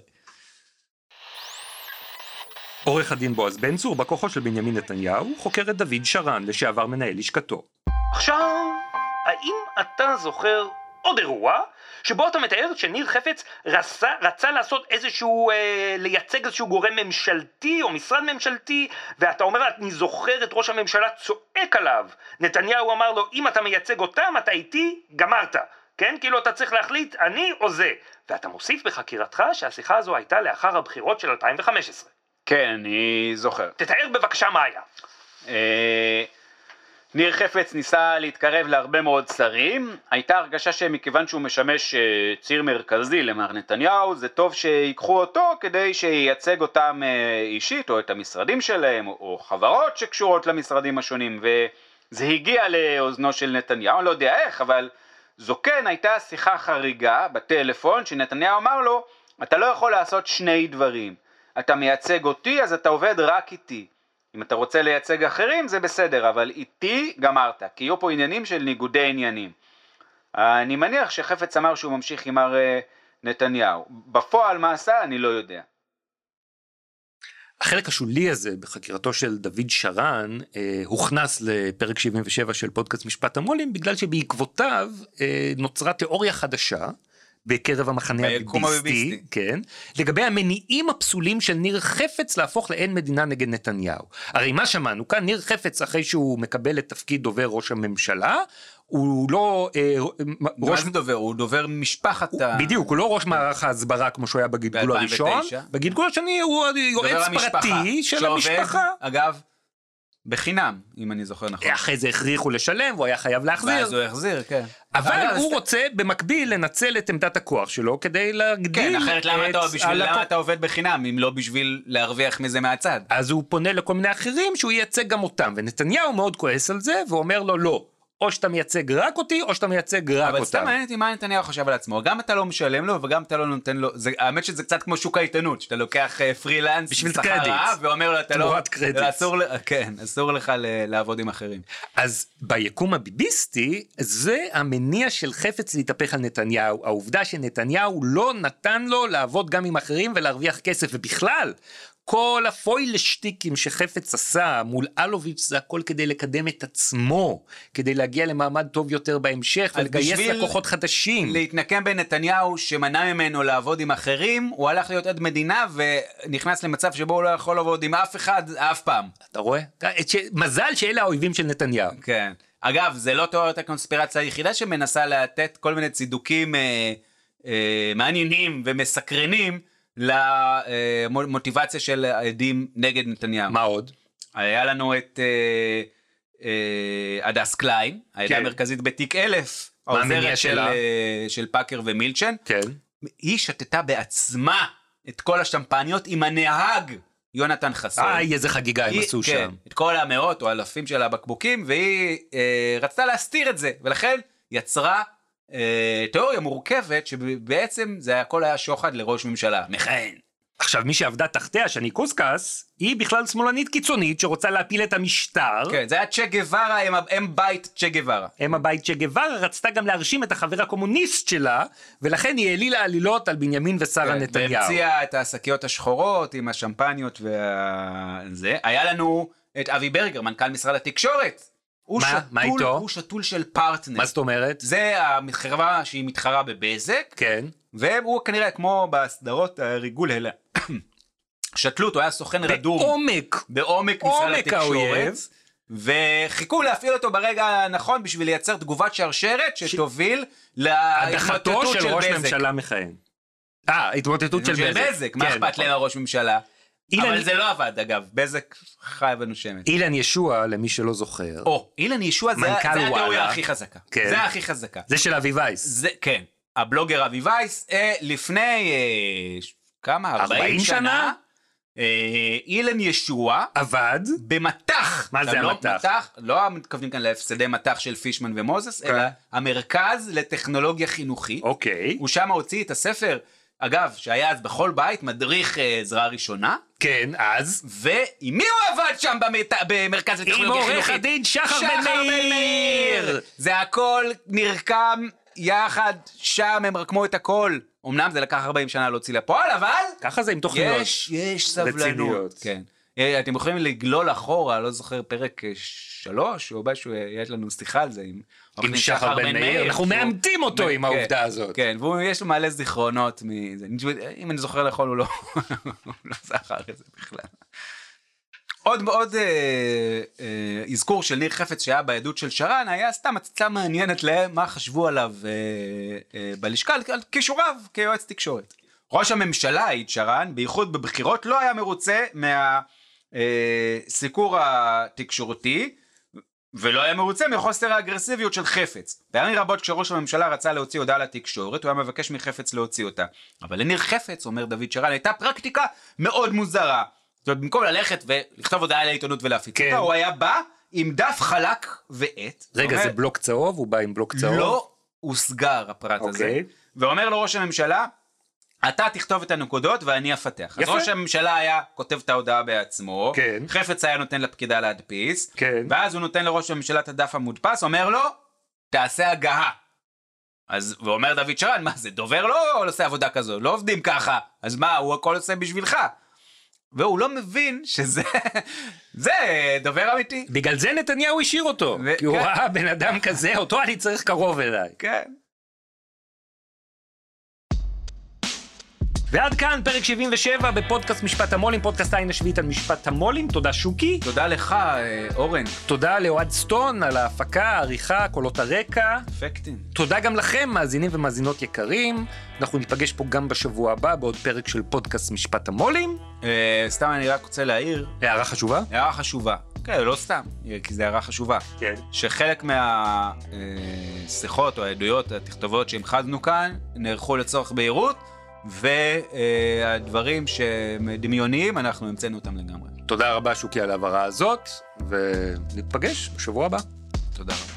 עורך הדין בועז בן צור, בכוחו של בנימין נתניהו, חוקר את דוד שרן, לשעבר מנהל לשכתו. עכשיו, האם אתה זוכר עוד אירוע שבו אתה מתאר שניר חפץ רצה, רצה לעשות איזשהו, אה, לייצג איזשהו גורם ממשלתי או משרד ממשלתי, ואתה אומר, אני זוכר את ראש הממשלה צועק עליו. נתניהו אמר לו, אם אתה מייצג אותם, אתה איתי, גמרת. כן? כאילו אתה צריך להחליט, אני או זה. ואתה מוסיף בחקירתך שהשיחה הזו הייתה לאחר הבחירות של אלפיים וחמש עשרה. כן, אני זוכר. תתאר בבקשה מה היה. אה... ניר חפץ ניסה להתקרב להרבה מאוד שרים, הייתה הרגשה שמכיוון שהוא משמש ציר מרכזי למר נתניהו, זה טוב שיקחו אותו כדי שייצג אותם אישית או את המשרדים שלהם או חברות שקשורות למשרדים השונים, וזה הגיע לאוזנו של נתניהו, אני לא יודע איך, אבל זו כן הייתה שיחה חריגה בטלפון שנתניהו אמר לו, אתה לא יכול לעשות שני דברים, אתה מייצג אותי אז אתה עובד רק איתי. אם אתה רוצה לייצג אחרים זה בסדר, אבל איתי גמרת, כי יהיו פה עניינים של ניגודי עניינים. אני מניח שחפץ אמר שהוא ממשיך עם מר נתניהו. בפועל מה עשה אני לא יודע. החלק השולי הזה בחקירתו של דוד שרן אה, הוכנס לפרק שבעים ושבע של פודקאסט משפט המו"לים, בגלל שבעקבותיו אה, נוצרה תיאוריה חדשה, בקרב המחנה הביביסטי, כן, לגבי המניעים הפסולים של ניר חפץ להפוך לאין מדינה נגד נתניהו. הרי מה שמענו כאן, ניר חפץ אחרי שהוא מקבל את תפקיד דובר ראש הממשלה, הוא לא... אה, ראש דובר, הוא דובר משפחת הוא, ה... בדיוק, הוא לא ראש מערך ההסברה כמו שהוא היה בגלגול הראשון, בגלגול השני הוא יועץ פרטי של המשפחה. אגב, בחינם, אם אני זוכר נכון. אחרי זה הכריחו לשלם, והוא היה חייב להחזיר. ואז הוא החזיר, כן. אבל הוא רוצה במקביל לנצל את עמדת הכוח שלו כדי להגדיל... כן, אחרת למה אתה עובד בחינם, אם לא בשביל להרוויח מזה מהצד? אז הוא פונה לכל מיני אחרים שהוא ייצג גם אותם, ונתניהו מאוד כועס על זה, ואומר לו לא. או שאתה מייצג רק אותי, או שאתה מייצג רק אותם. אבל סתם מעניין אותי מה נתניהו חושב על עצמו. גם אתה לא משלם לו, וגם אתה לא נותן לו... האמת שזה קצת כמו שוק העיתונות, שאתה לוקח פרילנס, בשביל קרדיט. ואומר לו, אתה לא... תמורת קרדיט. כן, אסור לך לעבוד עם אחרים. אז ביקום הביביסטי, זה המניע של חפץ להתהפך על נתניהו. העובדה שנתניהו לא נתן לו לעבוד גם עם אחרים ולהרוויח כסף, ובכלל... כל הפוילשטיקים שחפץ עשה מול אלוביץ' זה הכל כדי לקדם את עצמו, כדי להגיע למעמד טוב יותר בהמשך ולגייס לקוחות חדשים. להתנקם בנתניהו שמנע ממנו לעבוד עם אחרים, הוא הלך להיות עד מדינה ונכנס למצב שבו הוא לא יכול לעבוד עם אף אחד אף פעם. אתה רואה? מזל שאלה האויבים של נתניהו. כן. אגב, זה לא תיאוריית הקונספירציה היחידה שמנסה לתת כל מיני צידוקים אה, אה, מעניינים ומסקרנים, למוטיבציה של העדים נגד נתניהו. מה עוד? היה לנו את אה, אה, הדס קליין, העדה המרכזית בתיק אלף, העוזרת של, אה, של פאקר ומילצ'ן. כן. היא שתתה בעצמה את כל השמפניות עם הנהג יונתן חסון. איי, איזה חגיגה הם עשו כן, שם. את כל המאות או אלפים של הבקבוקים, והיא אה, רצתה להסתיר את זה, ולכן יצרה תיאוריה מורכבת שבעצם זה הכל היה שוחד לראש ממשלה מכהן. עכשיו מי שעבדה תחתיה שני קוסקס היא בכלל שמאלנית קיצונית שרוצה להפיל את המשטר. כן, זה היה צ'ה גווארה, הם, הם בית צ'ה גווארה. הם הבית צ'ה גווארה רצתה גם להרשים את החבר הקומוניסט שלה, ולכן היא העלילה עלילות על בנימין ושרה כן, נתניהו. והמציאה את השקיות השחורות עם השמפניות וזה. היה לנו את אבי ברגר, מנכ"ל משרד התקשורת. הוא מה? שתול, מה איתו? הוא שתול של פרטנר. מה זאת אומרת? זה המחרבה שהיא מתחרה בבזק. כן. והוא כנראה כמו בסדרות הריגול האלה. שתלות, הוא היה סוכן רדום. בעומק. בעומק משרד התקשורת. וחיכו להפעיל אותו ברגע הנכון בשביל לייצר תגובת שרשרת שתוביל להדחתו של ראש ממשלה מכהן. אה, התמוטטות של בזק. מה אכפת להם ראש ממשלה? אבל זה לא עבד אגב, בזק חי ונושמת. אילן ישוע, למי שלא זוכר. או, אילן ישוע זה התיאוריה הכי חזקה. זה הכי חזקה. זה של אבי וייס. כן, הבלוגר אבי וייס, לפני כמה? ארבעים שנה. אילן ישוע עבד במתח. מה זה המתח? לא מתכוונים כאן להפסדי מתח של פישמן ומוזס, אלא המרכז לטכנולוגיה חינוכית. אוקיי. הוא שם הוציא את הספר, אגב, שהיה אז בכל בית, מדריך עזרה ראשונה. כן, אז. ועם מי הוא עבד שם במרכז לטכנולוגיה חינוכית? עם עורך הדין שחר בן מאיר. זה הכל נרקם יחד, שם הם רקמו את הכל. אמנם זה לקח ארבעים שנה להוציא לפועל, אבל... ככה זה עם תוכניות. יש, יש סבלנות. כן. אתם יכולים לגלול אחורה, לא זוכר פרק שלוש, או משהו, יש לנו שיחה על זה עם... עם שחר בן מאיר. אנחנו מאמתים אותו עם העובדה הזאת. כן, ויש לו מעלה זיכרונות מזה. אם אני זוכר לכל, הוא לא זכר את זה בכלל. עוד מאוד אזכור של ניר חפץ שהיה בעדות של שרן, היה סתם הצצה מעניינת להם מה חשבו עליו בלשכה, על כישוריו כיועץ תקשורת. ראש הממשלה, עיד שרן, בייחוד בבחירות, לא היה מרוצה מהסיקור התקשורתי, ולא היה מרוצה מחוסר האגרסיביות של חפץ. פעמים רבות כשראש הממשלה רצה להוציא הודעה לתקשורת, הוא היה מבקש מחפץ להוציא אותה. אבל לניר חפץ, אומר דוד שרן, הייתה פרקטיקה מאוד מוזרה. זאת אומרת, במקום ללכת ולכתוב הודעה לעיתונות ולהפיץ אותה, הוא היה בא עם דף חלק ועט. רגע, זה בלוק צהוב? הוא בא עם בלוק צהוב? לא הוסגר הפרט הזה. ואומר לו ראש הממשלה, אתה תכתוב את הנקודות ואני אפתח. אז ראש הממשלה היה כותב את ההודעה בעצמו, חפץ היה נותן לפקידה להדפיס, ואז הוא נותן לראש הממשלה את הדף המודפס, אומר לו, תעשה הגהה. אז, ואומר דוד שרן, מה זה, דובר לא עושה עבודה כזו, לא עובדים ככה, אז מה, הוא הכל עושה בשבילך. והוא לא מבין שזה, זה דובר אמיתי. בגלל זה נתניהו השאיר אותו, כי הוא ראה בן אדם כזה, אותו אני צריך קרוב אליי. כן. ועד כאן פרק שבעים ושבע בפודקאסט משפט המולים, פודקאסט העין השביעית על משפט המולים. תודה שוקי. תודה לך אורן. תודה לאוהד סטון על ההפקה, העריכה, קולות הרקע. אפקטים. תודה גם לכם, מאזינים ומאזינות יקרים. אנחנו ניפגש פה גם בשבוע הבא בעוד פרק של פודקאסט משפט המולים. אה, סתם אני רק רוצה להעיר. הערה חשובה? הערה חשובה. כן, לא סתם, כי זה הערה חשובה. כן. שחלק מהשיחות או העדויות, התכתובות שהמחזנו כאן, נערכו לצורך בהירות. והדברים שהם דמיוניים, אנחנו המצאנו אותם לגמרי. תודה רבה שוקי על העברה הזאת, ונתפגש בשבוע הבא. תודה רבה.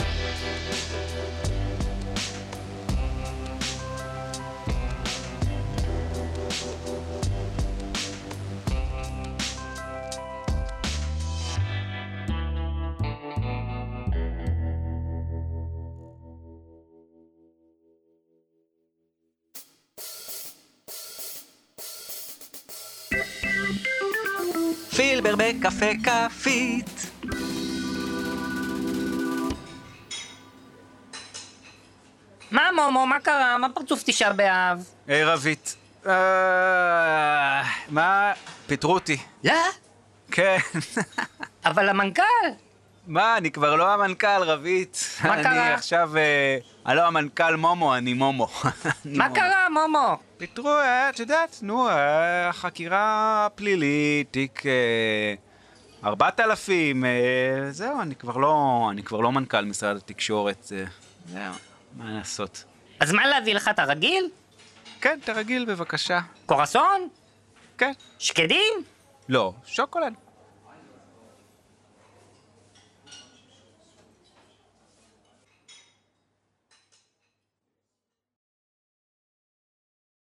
פילבר בקפה קפית. מה מומו, מה קרה? מה פרצוף תשעה באב? היי רבית. מה? פיטרו אותי. לא? כן. אבל המנכ"ל. מה, אני כבר לא המנכ"ל, רבית. מה קרה? אני עכשיו, אני לא המנכ"ל מומו, אני מומו. מה קרה, מומו? פיטרו, את יודעת, נו, חקירה פלילית, תיק ארבעת אלפים, זהו, אני כבר לא, אני כבר לא מנכ"ל משרד התקשורת, זהו, מה לעשות? אז מה להביא לך, את הרגיל? כן, תרגיל בבקשה. קורסון? כן. שקדים? לא, שוקולד.